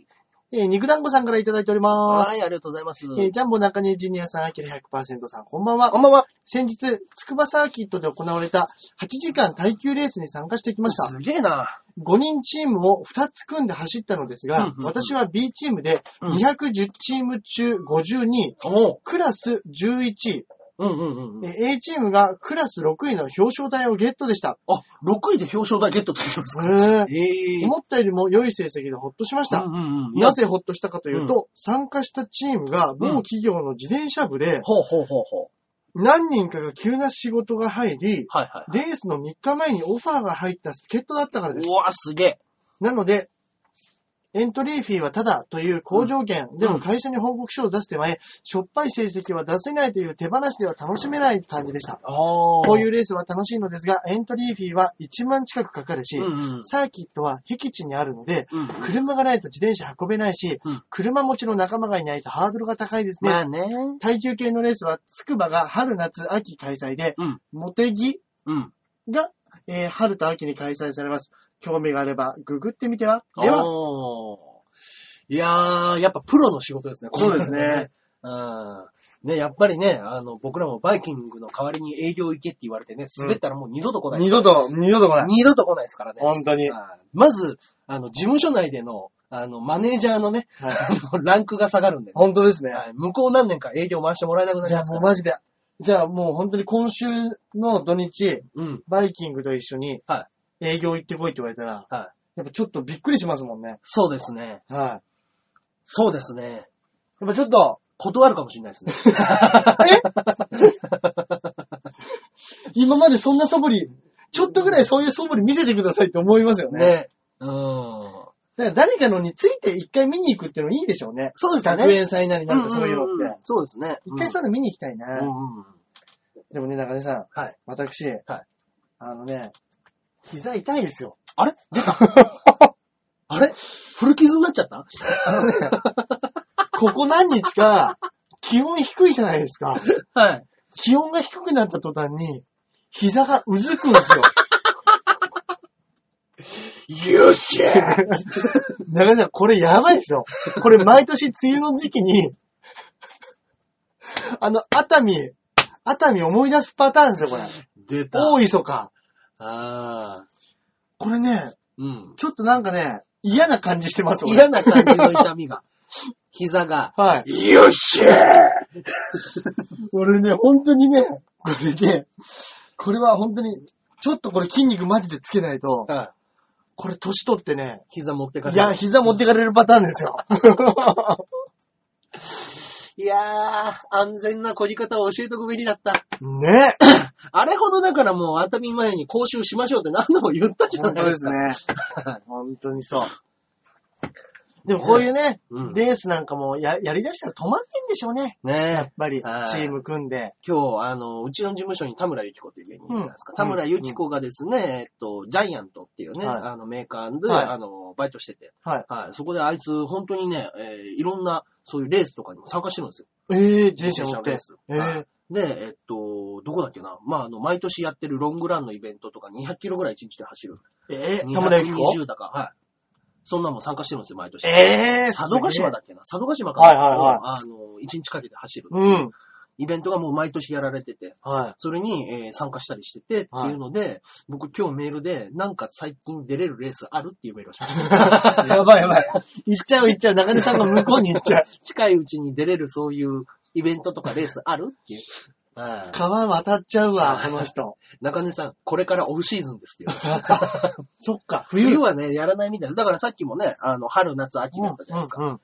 肉団子さんからいただいております。 はい、ありがとうございます。 ジャンボ中根ジュニアさん、アキラ 100% さん、こんばんは。 こんばんは。 先日、筑波サーキットで行われた8時間耐久レースに参加してきました。 すげえな。 5人チームを2つ組んで走ったのですが、私は B チームで210チーム中52、クラス11位。A チームがクラス6位の表彰台をゲットでした。 6位で表彰台ゲットって言いますか？ 思ったよりも良い成績でほっとしました。なぜほっとしたかというと、参加したチームが某企業の自転車部で、何人かが急な仕事が入り、レースの3日前にオファーが入った助っ人だったからです。 うわ、すげえ。 なので、エントリーフィーはただという好条件、でも会社に報告書を出す手前、しょっぱい成績は出せないという手放しでは楽しめない感じでした。こういうレースは楽しいのですが、エントリーフィーは1万近くかかるし、サーキットは僻地にあるので、車がないと自転車運べないし、車持ちの仲間がいないとハードルが高いですね。耐久系のレースは筑波が春夏秋開催で、茂木が、春と秋に開催されます。興味があれば、ググってみては。では。 いやー、やっぱプロの仕事ですね。 そうですね。 ね、やっぱりね、僕らもバイキングの代わりに営業行けって言われてね、滑ったらもう二度と来ないです、 二度と来ない。 二度と来ないですからね。 本当に。 まず、事務所内での、マネージャーのね、ランクが下がるんで、ね。 本当ですね。 向こう何年か営業回してもらえなくなりますから。 いや、もうマジで。じゃあもう本当に今週の土日、バイキングと一緒に、営業行ってこいって言われたら、やっぱちょっとびっくりしますもんね。 そうですね。そうですね。 やっぱちょっと、 断るかもしれないですね。 今までそんな素振り、ちょっとぐらいそういう素振り見せてくださいって思いますよね。だから誰かのについて一回見に行くっていうのいいでしょうね。 そうですね。 学園祭なりなんかそういうのって。 そうですね。 一回そういうの見に行きたいな。でもね、中根さん。私。膝痛いですよ。 あれ出たあれ古傷になっちゃった？ ここ何日か、気温低いじゃないですか。気温が低くなった途端に、膝がうずくんですよ。 よっしゃ中根さん、これやばいですよ。これ毎年梅雨の時期に、熱海思い出すパターンですよ、これ。 出た。 大磯か。 ああ。 これね、 うん。 ちょっとなんかね、嫌な感じしてます、 嫌な感じの痛みが。膝が。 はい。 よっしゃ俺ね、本当にね、これは本当に、ちょっとこれ筋肉マジでつけないと、はい、これ年取ってね、 膝持ってかれる。 いや、膝持ってかれるパターンですよ。 いやー、安全な漕ぎ方を教えとくべきだった。 ねあれほどだからもう熱海前に講習しましょうって何度も言ったじゃないですか。 本当ですね。本当にそう。でもこういうね、レースなんかもやり出したら止まんないんでしょうね。ねやっぱり、チーム組んで。 今日、うちの事務所に田村由紀子っていう芸人いるじゃないですか。田村由紀子がですね、ジャイアントっていうね、メーカーで、バイトしてて。はい。そこであいつ、本当にね、いろんな、そういうレースとかにも参加してるんですよ。 自転車乗って。 で、どこだっけな。毎年やってるロングランのイベントとか200キロぐらい1日で走る。 田村由紀子 220だか。はい。そんなもん参加してるんですよ、毎年。佐渡島だっけな。佐渡島から1日かけて走る。イベントがもう毎年やられてて、それに、参加したりしててっていうので、僕今日メールで、なんか最近出れるレースあるっていうメールをしました。 やばい。行っちゃう。中根さんが向こうに行っちゃう。 近いうちに出れるそういうイベントとかレースあるっていう。 川渡っちゃうわ、この人。 中根さん、これからオフシーズンですってそっか、 冬はね、やらないみたいです。だからさっきもね、春、夏、秋だったじゃないですか。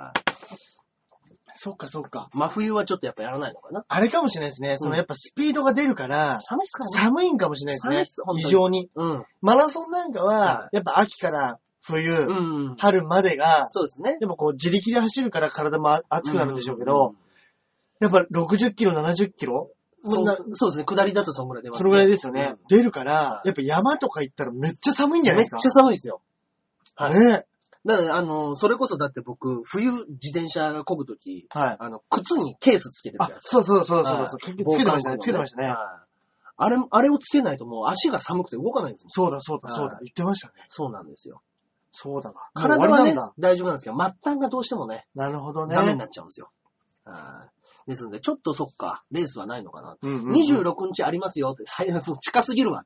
そっか。 真冬はちょっとやっぱやらないのかな。 あれかもしれないですね。やっぱスピードが出るから、 寒いっすかね。寒いんかもしれないですね。異常に。マラソンなんかは、やっぱ秋から冬、春までが、 そうですね。 でもこう自力で走るから体も熱くなるんでしょうけど、やっぱ60キロ、70キロそうですね。下りだとそんぐらい出ますね。 そのぐらいですよね。出るから、やっぱ山とか行ったらめっちゃ寒いんじゃないですか。 めっちゃ寒いですよ。 はい。ねだから、それこそだって僕、冬自転車が漕ぐとき、靴にケースつけてるじゃないですか。 そう。つけてましたね。 あれをつけないともう足が寒くて動かないんですよ。 そうだ。言ってましたね。 そうなんですよ。 そうだわ。 体はね、大丈夫なんですけど、末端がどうしてもね、 なるほどね。 ダメになっちゃうんですよ。ですので、ちょっとそっか、レースはないのかな。26日ありますよって、近すぎるわ。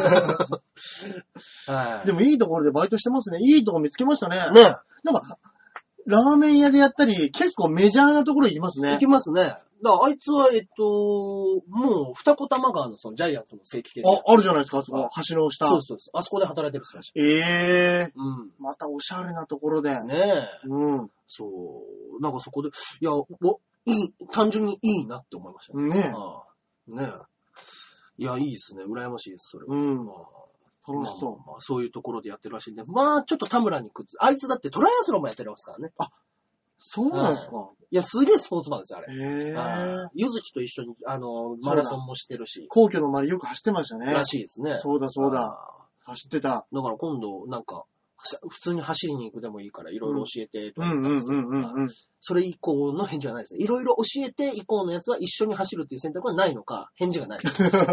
でもいいところでバイトしてますね。いいとこ見つけましたね。ね。なんか、ラーメン屋でやったり、結構メジャーなところ行きますね。 行きますね。だからあいつは、もう、二子玉川のそのジャイアントの正規店。 あるじゃないですか、あそこ。橋の下。 そう。あそこで働いてる人たち。 またおしゃれなところで。 ねえ。そう。なんかそこで、いや、単純にいいなって思いましたね。ねえ。いや、いいですね。羨ましいです、それは。楽しそう。そういうところでやってるらしいんで。ちょっと田村にあいつだってトライアスロンもやってますからね。 そうなんですか。 いや、すげえスポーツマンですよ、あれ。ゆずきと一緒に、マラソンもしてるし。 皇居の周りよく走ってましたね。 らしいですね。 そうだ。走ってた。 だから今度、なんか、普通に走りに行くでもいいから、いろいろ教えて、とか。それ以降の返事はないですね。いろいろ教えて以降のやつは一緒に走るっていう選択はないのか、返事がない。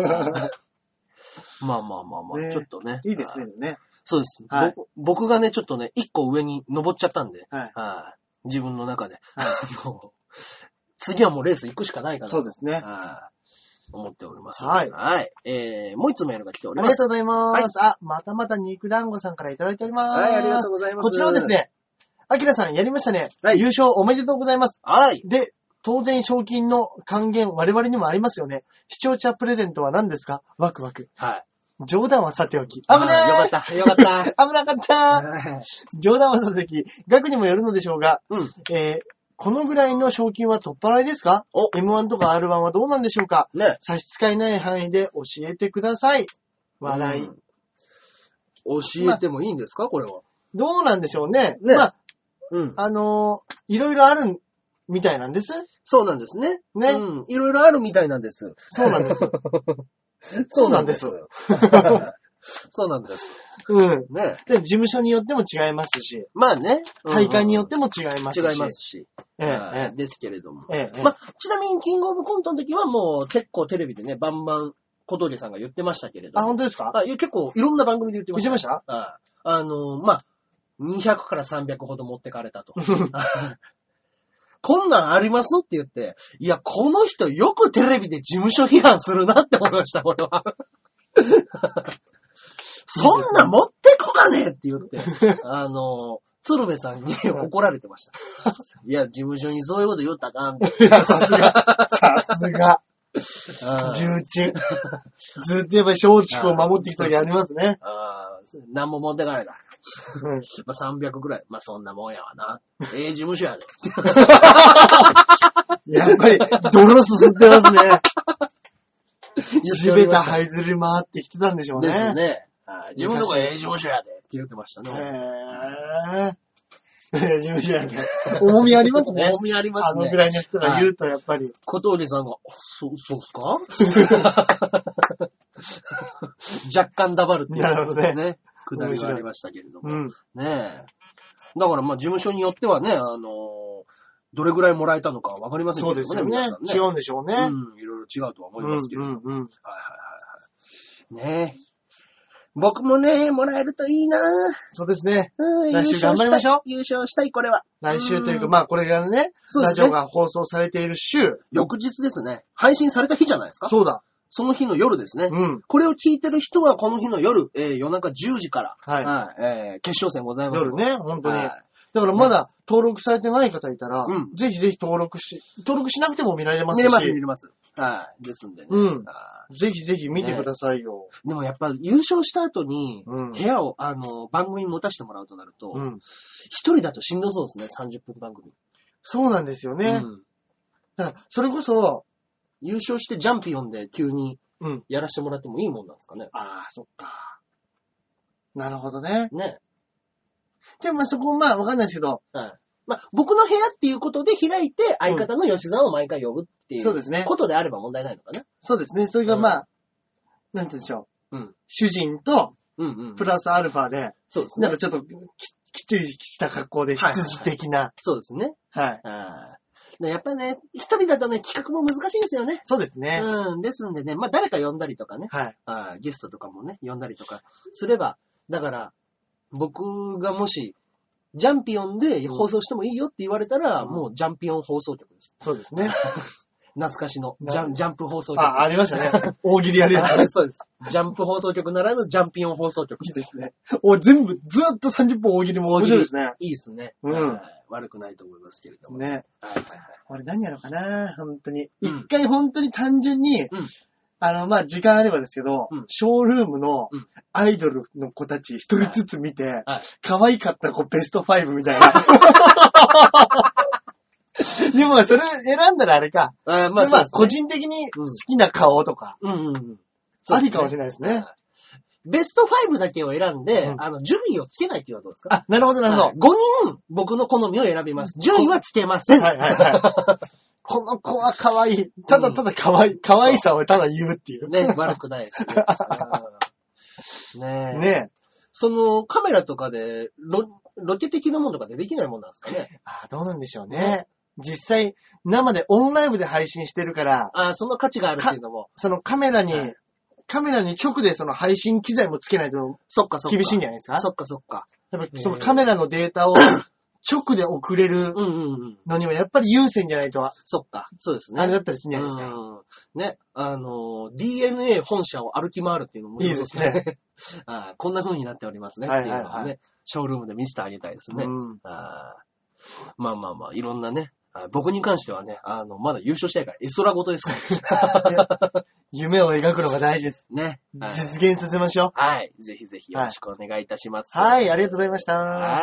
まあ、ちょっとね。 いいですね。 そうです。僕がね、ちょっとね、一個上に登っちゃったんで、自分の中で。次はもうレース行くしかないかな。 そうですね。 思っております。 はい。 もう一つメールが来ております。 ありがとうございます。また肉団子さんからいただいております。 はい、ありがとうございます。 こちらはですね、アキラさんやりましたね。優勝おめでとうございます。で、当然賞金の還元我々にもありますよね。視聴者プレゼントは何ですか？ワクワク。冗談はさておき。危ない。 よかった。危なかった。冗談はさておき、額にもよるのでしょうが、このぐらいの賞金は取っ払いですか？ M1 とか R1 はどうなんでしょうか？ね。差し支えない範囲で教えてください。笑い。 教えてもいいんですか、これは。 どうなんでしょうね。いろいろあるみたいなんです。 そうなんですね。ね。いろいろあるみたいなんです。 そうなんです。そうなんです。 そうなんです。 ね。で、事務所によっても違いますし。 まあね。 大会によっても違いますし。 違いますし。ですけれども。ちなみにキングオブコントの時はもう結構テレビでね、バンバン小峠さんが言ってましたけれども。 本当ですか？ 結構いろんな番組で言ってました。 言ってました？ 200から300ほど持ってかれたと。こんなんありますって言って、いや、この人よくテレビで事務所批判するなって思いました、俺は。そんな持ってこかねえって言って、鶴瓶さんに怒られてました。いや、事務所にそういうこと言ったかんって。 いや、さすが。重鎮。ずっとやっぱり松竹を守ってきた時ありますね。 何も持ってかれた。300ぐらい。そんなもんやわな。事務所やで。 やっぱり、泥すすってますね。地べた這いずり回ってきてたんでしょうね。 ですね。自分のとこ事務所やでって言ってましたね。 事務所やで。重みありますね。 重みありますね。 あのぐらいの人が言うとやっぱり。 小峠さんが、そうっすか若干ダバるっていう、 なるほどね。 くだりがありましたけれども。ねえ。だから事務所によってはね、どれぐらいもらえたのかわかりませんけどね。 そうですよね。違うんでしょうね。 いろいろ違うとは思いますけれども。ねえ。僕もね、もらえるといいなぁ。 そうですね。来週頑張りましょう。 優勝したい、これは。 来週というか、これがね、ラジオが放送されている週。 翌日ですね。配信された日じゃないですか。 そうだ。 その日の夜ですね。これを聞いてる人はこの日の夜、夜中10時から、決勝戦ございます。 夜ね、本当に。だからまだ登録されてない方いたら、ぜひぜひ登録しなくても見られますし。 見れます。ですんでね。 ぜひぜひ見てくださいよ。 でもやっぱ優勝した後に、部屋を、番組に持たせてもらうとなると、一人だとしんどそうですね、30分番組。 そうなんですよね。だから、それこそ、 優勝してジャンピオンで急にやらせてもらってもいいもんなんですかね。 そっか。なるほどね。 ね。 でもそこわかんないですけど。 僕の部屋っていうことで開いて、相方の吉沢を毎回呼ぶっていうことであれば問題ないのかな。 そうですね。それがなんて言うんでしょう。主人と、プラスアルファで、 そうですね。 なんかちょっときっちりした格好で羊的な。 そうですね。 はい。 やっぱりね、一人だとね、企画も難しいんですよね。 そうですね。 ですんでね、誰か呼んだりとかね。ゲストとかもね、呼んだりとかすれば、だから、僕がもし、ジャンピオンで放送してもいいよって言われたら、もうジャンピオン放送局です。 そうですね。 懐かしのジャンプ放送局。 ありましたね。大喜利やるやつ。 そうです。ジャンプ放送局ならぬジャンピオン放送局。 いいですね。全部、ずっと30分大喜利も面白いですね。 いいですね。悪くないと思いますけれども。 ね。俺何やろうかな、本当に。一回本当に単純に、時間あればですけど、ショールームのアイドルの子たち一人ずつ見て、可愛かった子ベスト5みたいな。でもそれ選んだらあれか。個人的に好きな顔とか。ありかもしれないですね。 ベスト5だけを選んで、順位をつけないっていうのはどうですか？ なるほど、なるほど。 5人僕の好みを選びます。順位はつけません。 この子は可愛い。ただただ可愛さをただ言うっていう。 ね、悪くないですね。ねえ。そのカメラとかで、ロケ的なものとかでできないもんなんですかね。 どうなんでしょうね。実際、生でオンライブで配信してるから。 その価値があるっていうのも。 そのカメラに直でその配信機材もつけないと厳しいんじゃないですか。 そっかそっか。 やっぱそのカメラのデータを直で送れるのにはやっぱり有線じゃないと。 そっか。そうですね。 あれだったりするんじゃないですか。 ね。DNA 本社を歩き回るっていうのもいいですね。 こんな風になっておりますねっていうのをね、ショールームで見せてあげたいですね。いろんなね。僕に関してはね、まだ優勝したいから絵空事ですから。 夢を描くのが大事です。 ね。 実現させましょう。 はい。ぜひぜひよろしくお願いいたします。 はい、ありがとうございました。 はい。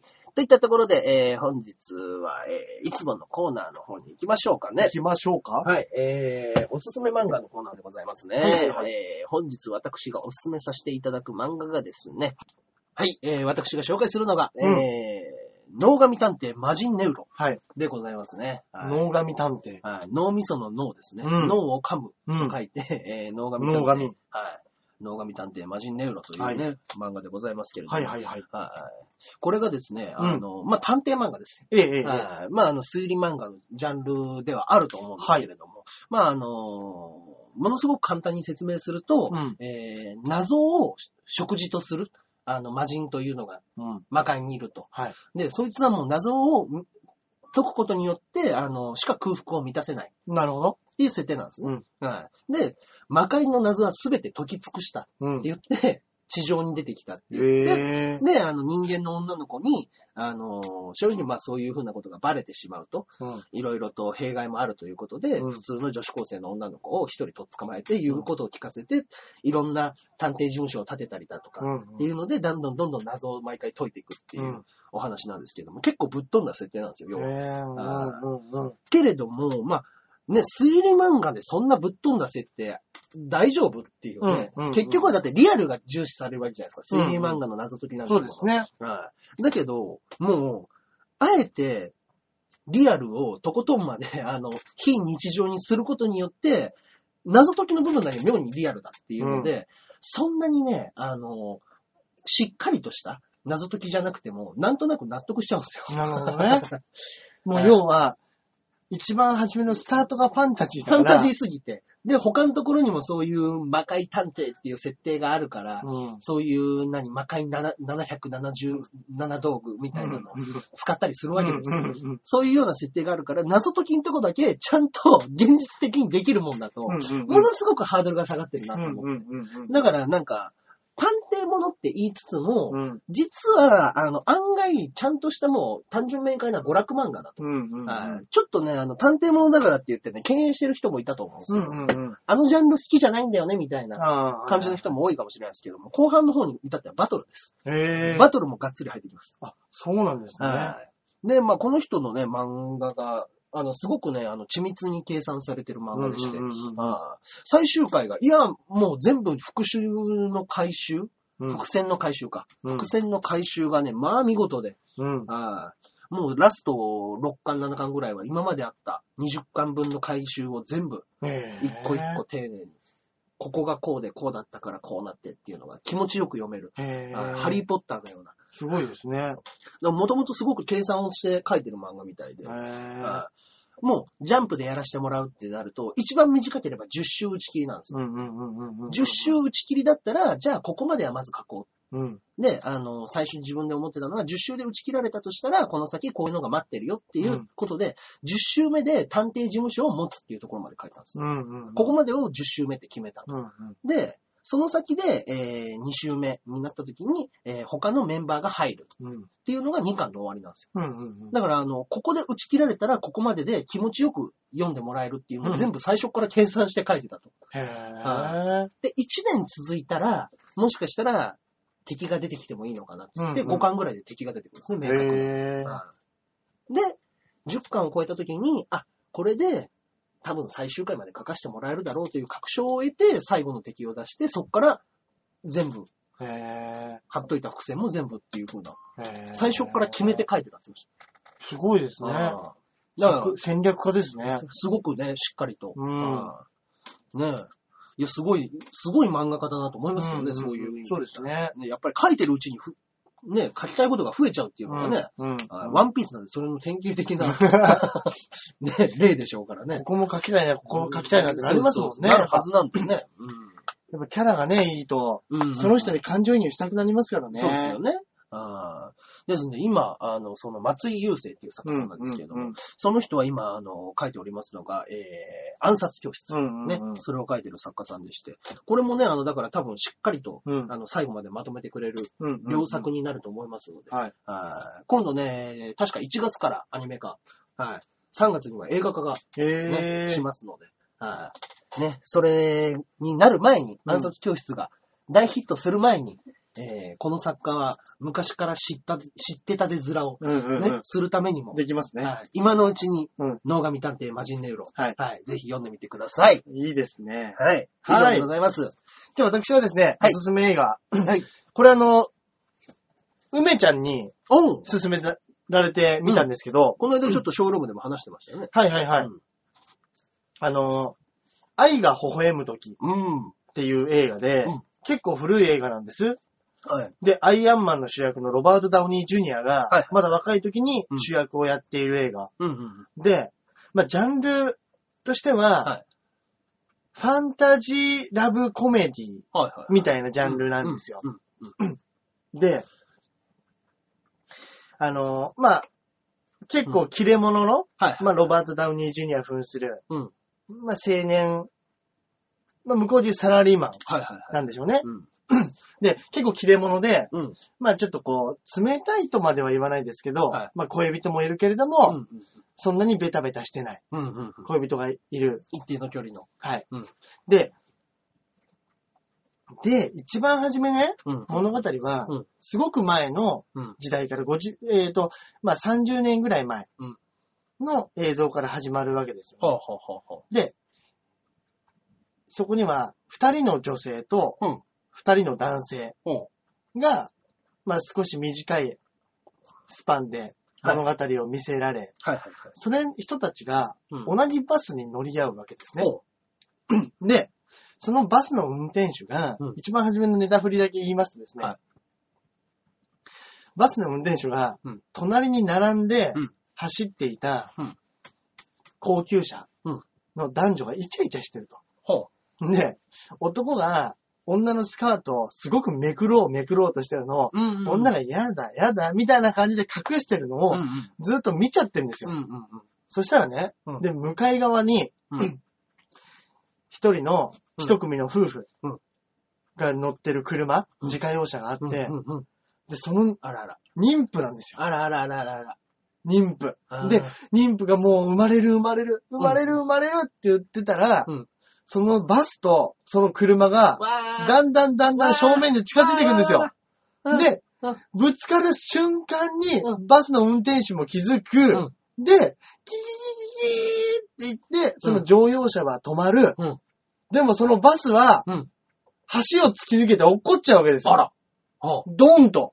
といったところで、本日は、いつものコーナーの方に行きましょうかね。 行きましょうか。 はい。おすすめ漫画のコーナーでございますね。本日私がおすすめさせていただく漫画がですね。はい。私が紹介するのが、脳神探偵魔人ネウロでございますね。 脳神探偵。 脳みその脳ですね。脳を噛むと書いて、脳神探偵。はい。脳神探偵魔人ネウロというね、漫画でございますけれども。これがですね、探偵漫画です。推理漫画のジャンルではあると思うんですけれども、ものすごく簡単に説明すると、謎を食事とする。 魔人というのが、魔界にいると。はい。で、そいつはもう謎を解くことによって、しか空腹を満たせない。 なるほど。 っていう設定なんですね。はい。で、魔界の謎は全て解き尽くしたって言って、地上に出てきたって言って、で、人間の女の子に、正直まあそういうふうなことがバレてしまうと、いろいろと弊害もあるということで、普通の女子高生の女の子を一人と捕まえて言うことを聞かせて、いろんな探偵事務所を建てたりだとか、っていうので、どんどん謎を毎回解いていくっていうお話なんですけども、結構ぶっ飛んだ設定なんですよ、要は。けれども、まあ、ね、推理漫画でそんなぶっ飛んだ設定大丈夫っていうね、結局はだってリアルが重視されるわけじゃないですか。推理漫画の謎解きなんて、 そうですね。 だけど、もう、あえて、リアルをとことんまで、非日常にすることによって、謎解きの部分だけ妙にリアルだっていうので、そんなにね、しっかりとした謎解きじゃなくても、なんとなく納得しちゃうんですよ。 なるほどね。もう要は、一番初めのスタートがファンタジーだから。 ファンタジーすぎて。で、他のところにもそういう魔界探偵っていう設定があるから、そういう魔界777道具みたいなのを使ったりするわけですよ。そういうような設定があるから、謎解きのとこだけちゃんと現実的にできるもんだと、ものすごくハードルが下がってるなと思って。だからなんか、探偵ものって言いつつも、実は、案外、ちゃんとしたもう、単純明快な娯楽漫画だと。ちょっとね、探偵ものだからって言ってね、敬遠してる人もいたと思うんですけど、ジャンル好きじゃないんだよね、みたいな感じの人も多いかもしれないですけども、後半の方に至ってはバトルです。バトルもがっつり入ってきます。 あ、そうなんですね。 で、まあ、この人のね、漫画が、すごくね、緻密に計算されてる漫画でして、最終回が、いや、もう全部復讐の回収、伏線の回収か。伏線の回収がね、まあ見事で、もうラスト6巻、7巻ぐらいは今まであった20巻分の回収を全部、一個一個丁寧に、ここがこうでこうだったからこうなってっていうのが気持ちよく読める。ハリーポッターのような。 すごいですね。 もともとすごく計算をして書いてる漫画みたいで。もう、ジャンプでやらせてもらうってなると、一番短ければ10周打ち切りなんですよ。10周打ち切りだったら、じゃあここまではまず書こう。で、最初に自分で思ってたのは、10周で打ち切られたとしたら、この先こういうのが待ってるよっていうことで、10周目で探偵事務所を持つっていうところまで書いたんです。ここまでを10周目って決めたと。で、その先で、2週目になった時に、他のメンバーが入るっていうのが2巻の終わりなんですよ。だから、ここで打ち切られたらここまでで気持ちよく読んでもらえるっていうのを全部最初から計算して書いてたと。で、1年続いたら、もしかしたら敵が出てきてもいいのかなってって、5巻ぐらいで敵が出てくるんですね、明確に。で、10巻を超えた時に、あ、これで、多分最終回まで書かせてもらえるだろうという確証を得て、最後の敵を出して、そこから全部、貼っといた伏線も全部っていう風な、最初から決めて書いてたんですよ。 すごいですね。だから戦略家ですね。 すごくね、しっかりと。ねえ。いや、すごい漫画家だなと思いますけどね、そういう。 そうですね。 やっぱり書いてるうちにね、書きたいことが増えちゃうっていうのがね、ワンピースなんでそれの典型的な、ね、例でしょうからね。 ここも書きたいな、ここも書きたいなってなりますもんね。 なるはずなんでね。 やっぱキャラがね、いいと、その人に感情移入したくなりますからね。 そうですよね。ですね、今、その松井優生っていう作家さんなんですけども、その人は今、書いておりますのが、暗殺教室、ね、それを書いてる作家さんでして、これもね、だから多分しっかりと、最後までまとめてくれる良作になると思いますので、今度ね、確か1月からアニメ化、3月には映画化が、ね、しますので、ね、それになる前に、暗殺教室が大ヒットする前に、この作家は昔から知ってたで面を、ね、するためにも。 できますね。 今のうちに、能神探偵魔人ネウロ。ぜひ読んでみてください。 いいですね。 以上でございます。 じゃあ私はですね、おすすめ映画。これ梅ちゃんに、勧められてみたんですけど、 この間ちょっとショールームでも話してましたよね。 愛が微笑む時っていう映画で、結構古い映画なんです。で、アイアンマンの主役のロバート・ダウニー・ジュニアが、まだ若い時に主役をやっている映画。で、ジャンルとしては、ファンタジー・ラブ・コメディみたいなジャンルなんですよ。 で、まあ、結構切れ者の、まあ、ロバート・ダウニー・ジュニア扮する、まあ、青年、まあ、向こうでいうサラリーマンなんでしょうね。で、結構切れ者で、まあちょっとこう、冷たいとまでは言わないですけど、まあ恋人もいるけれども、そんなにベタベタしてない。恋人がいる。 一定の距離の。 はい。で、一番初めね、物語は、すごく前の時代からまあ30年ぐらい前の映像から始まるわけですよ。で、そこには2人の女性と2人の男性が、まあ少し短いスパンで物語を見せられ、それ人たちが同じバスに乗り合うわけですね。で、そのバスの運転手が、一番初めのネタ振りだけ言いますとですね、バスの運転手が隣に並んで走っていた高級車の男女がイチャイチャしてると。で、男が女のスカートをすごくめくろうとしてるのを、女がやだ、みたいな感じで隠してるのをずっと見ちゃってるんですよ。そしたらね、で、向かい側に、一組の夫婦が乗ってる車、自家用車があって、で、その、妊婦なんですよ。妊婦。で、妊婦がもう生まれるって言ってたら、そのバスとその車が、だんだん正面で近づいていくんですよ。で、ぶつかる瞬間に、バスの運転手も気づく。で、キキキキキって言って、その乗用車は止まる。でもそのバスは、橋を突き抜けて落っこっちゃうわけですよ。ドーンと。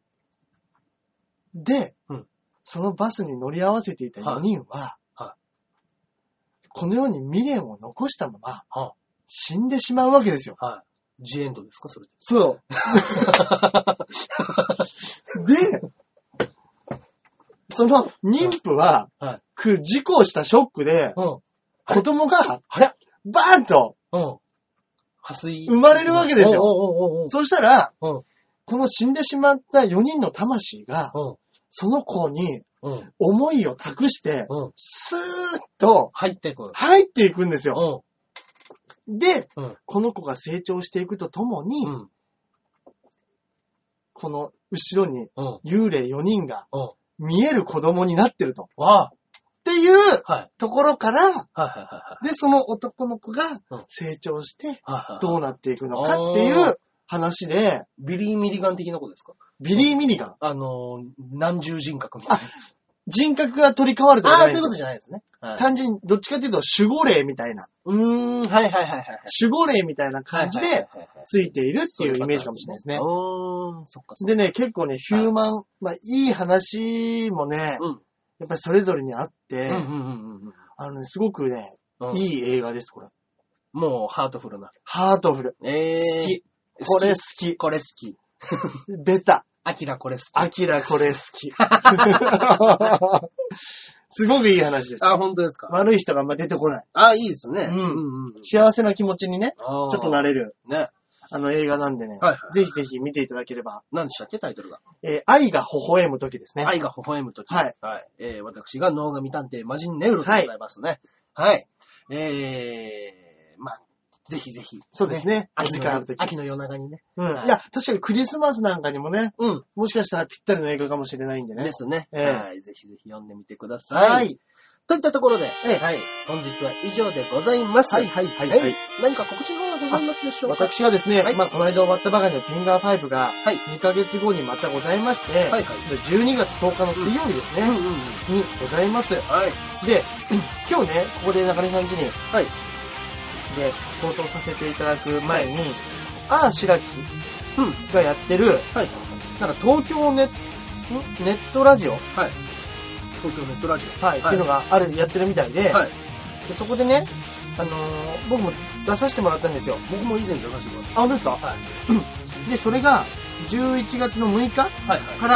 で、そのバスに乗り合わせていた4人は、このように未練を残したまま、死んでしまうわけですよ。 ジエンドですかそれで。 そう。で、その妊婦は、事故をしたショックで、子供が、バーンと、生まれるわけですよ。そうしたら、この死んでしまった4人の魂が、その子に、思いを託して、スーッと入っていくんですよ。で、この子が成長していくとともに、この後ろに幽霊4人が見える子供になってると。っていうところから、で、その男の子が成長してどうなっていくのかっていう話で。 ビリー・ミリガン的なことですか？ ビリー・ミリガン。 何重人格みたいな。 人格が取り替わるとかじゃないです。 そういうことじゃないですね。 単純に、どっちかというと守護霊みたいな。守護霊みたいな感じで、ついているっていうイメージかもしれないですね。 そっか。 でね、結構ね、ヒューマン、まあ、いい話もね、やっぱりそれぞれにあって、すごくね、いい映画です、これ。 もう、ハートフルな。 ハートフル。好き。これ好き。 これ好き。 ベタ。 アキラこれ好き。 アキラこれ好き。すごくいい話です。 本当ですか？ 悪い人があんま出てこない。 いいですね。 幸せな気持ちにね、ちょっとなれる。ね。映画なんでね、ぜひぜひ見ていただければ。 何でしたっけタイトルが。 愛が微笑む時ですね。 愛が微笑む時。私が脳神探偵マジンネウロでございますね。まあ、ぜひぜひ。 そうですね。 時間あるとき。秋の夜長にね。 いや、確かにクリスマスなんかにもね、もしかしたらぴったりの映画かもしれないんでね。 ですね。ぜひぜひ読んでみてください。といったところで、本日は以上でございます。何か告知の方がございますでしょうか？ 私はですね、この間終わったばかりのフィンガー5が、2ヶ月後にまたございまして、12月10日の水曜日ですね、にございます。で、今日ね、ここで中根さん家に、で、放送させていただく前に、白木がやってる、なんか東京ネットラジオ東京ネットラジオっていうのがやってるみたいで、でそこでね、僕も出させてもらったんですよ。 僕も以前出させてもらった。 あ、本当ですか？はい。で、それが、11月の6日から、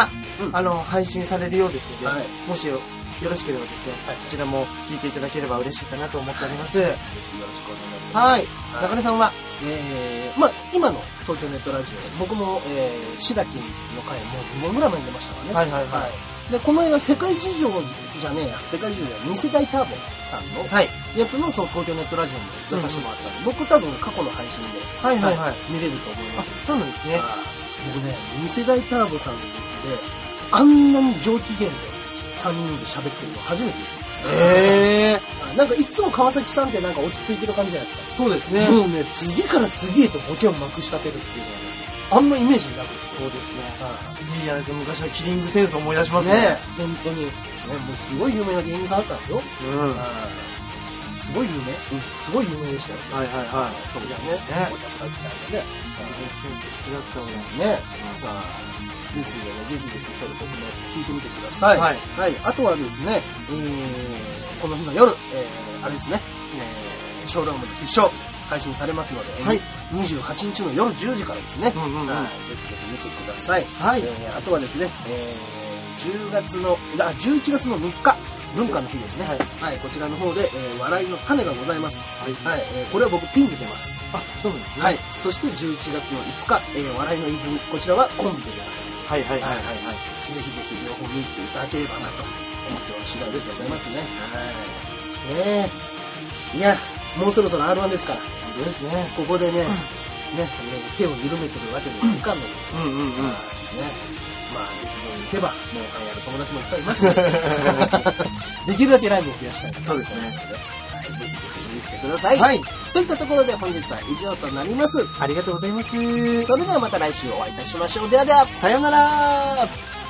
配信されるようですので、もしよろしければですね、そちらも聞いていただければ嬉しいかなと思っております。よろしくお願いします。はい。中根さんは今の東京ネットラジオ、僕も、シダキンの回もう2年ぐらい前に出ましたからね。はい。で、この映画、世界事情じゃねえや、世界事情じゃ2世代ターボさんのやつの、その東京ネットラジオに出させてもらったんで、僕多分過去の配信で、見れると思います。 そうなんですね。 僕ね、2世代ターボさんで、あんなに上機嫌で3人で喋ってるの初めてです。なんかいつも川崎さんってなんか落ち着いてる感じじゃないですか。 そうですね。 もうね、次から次へとボケをまくし立てるっていうのはね、あんまイメージになくて。 そうですね。いいじゃないですか。昔のキリングセンスを思い出しますね。 本当に。ね、もうすごい有名な芸人さんだったんですよ。すごい有名？すごい有名でしたよ。 はい。 そうじゃね。お茶使ってたんだね。 センス好きだったもんね。ですのでね、ぜひそれと組み合わせて聞いてみてください。はい。あとはですね、この日の夜、あれですね、ショールームの決勝、配信されますので、28日の夜10時からですね、ぜひぜひ見てください。あとはですね、11月の3日、文化の日ですね。こちらの方で、笑いの種がございます。これは僕ピンで出ます。 あ、そうなんですね。 そして11月の5日、笑いの泉、こちらはコンビで出ます。ぜひぜひ両方見ていただければなと思っておる次第でございますね。いや、もうそろそろ R1 ですから。 そうですね。 ここでね、手を緩めてるわけにはいかんのですよ。まあ、劇場に行けば、もうファンやる友達もいっぱいいますので、できるだけライブを増やしたい。 そうですね。 ぜひぜひ見てください。といったところで本日は以上となります。 ありがとうございます。 それではまた来週お会いいたしましょう。ではでは、 さようなら。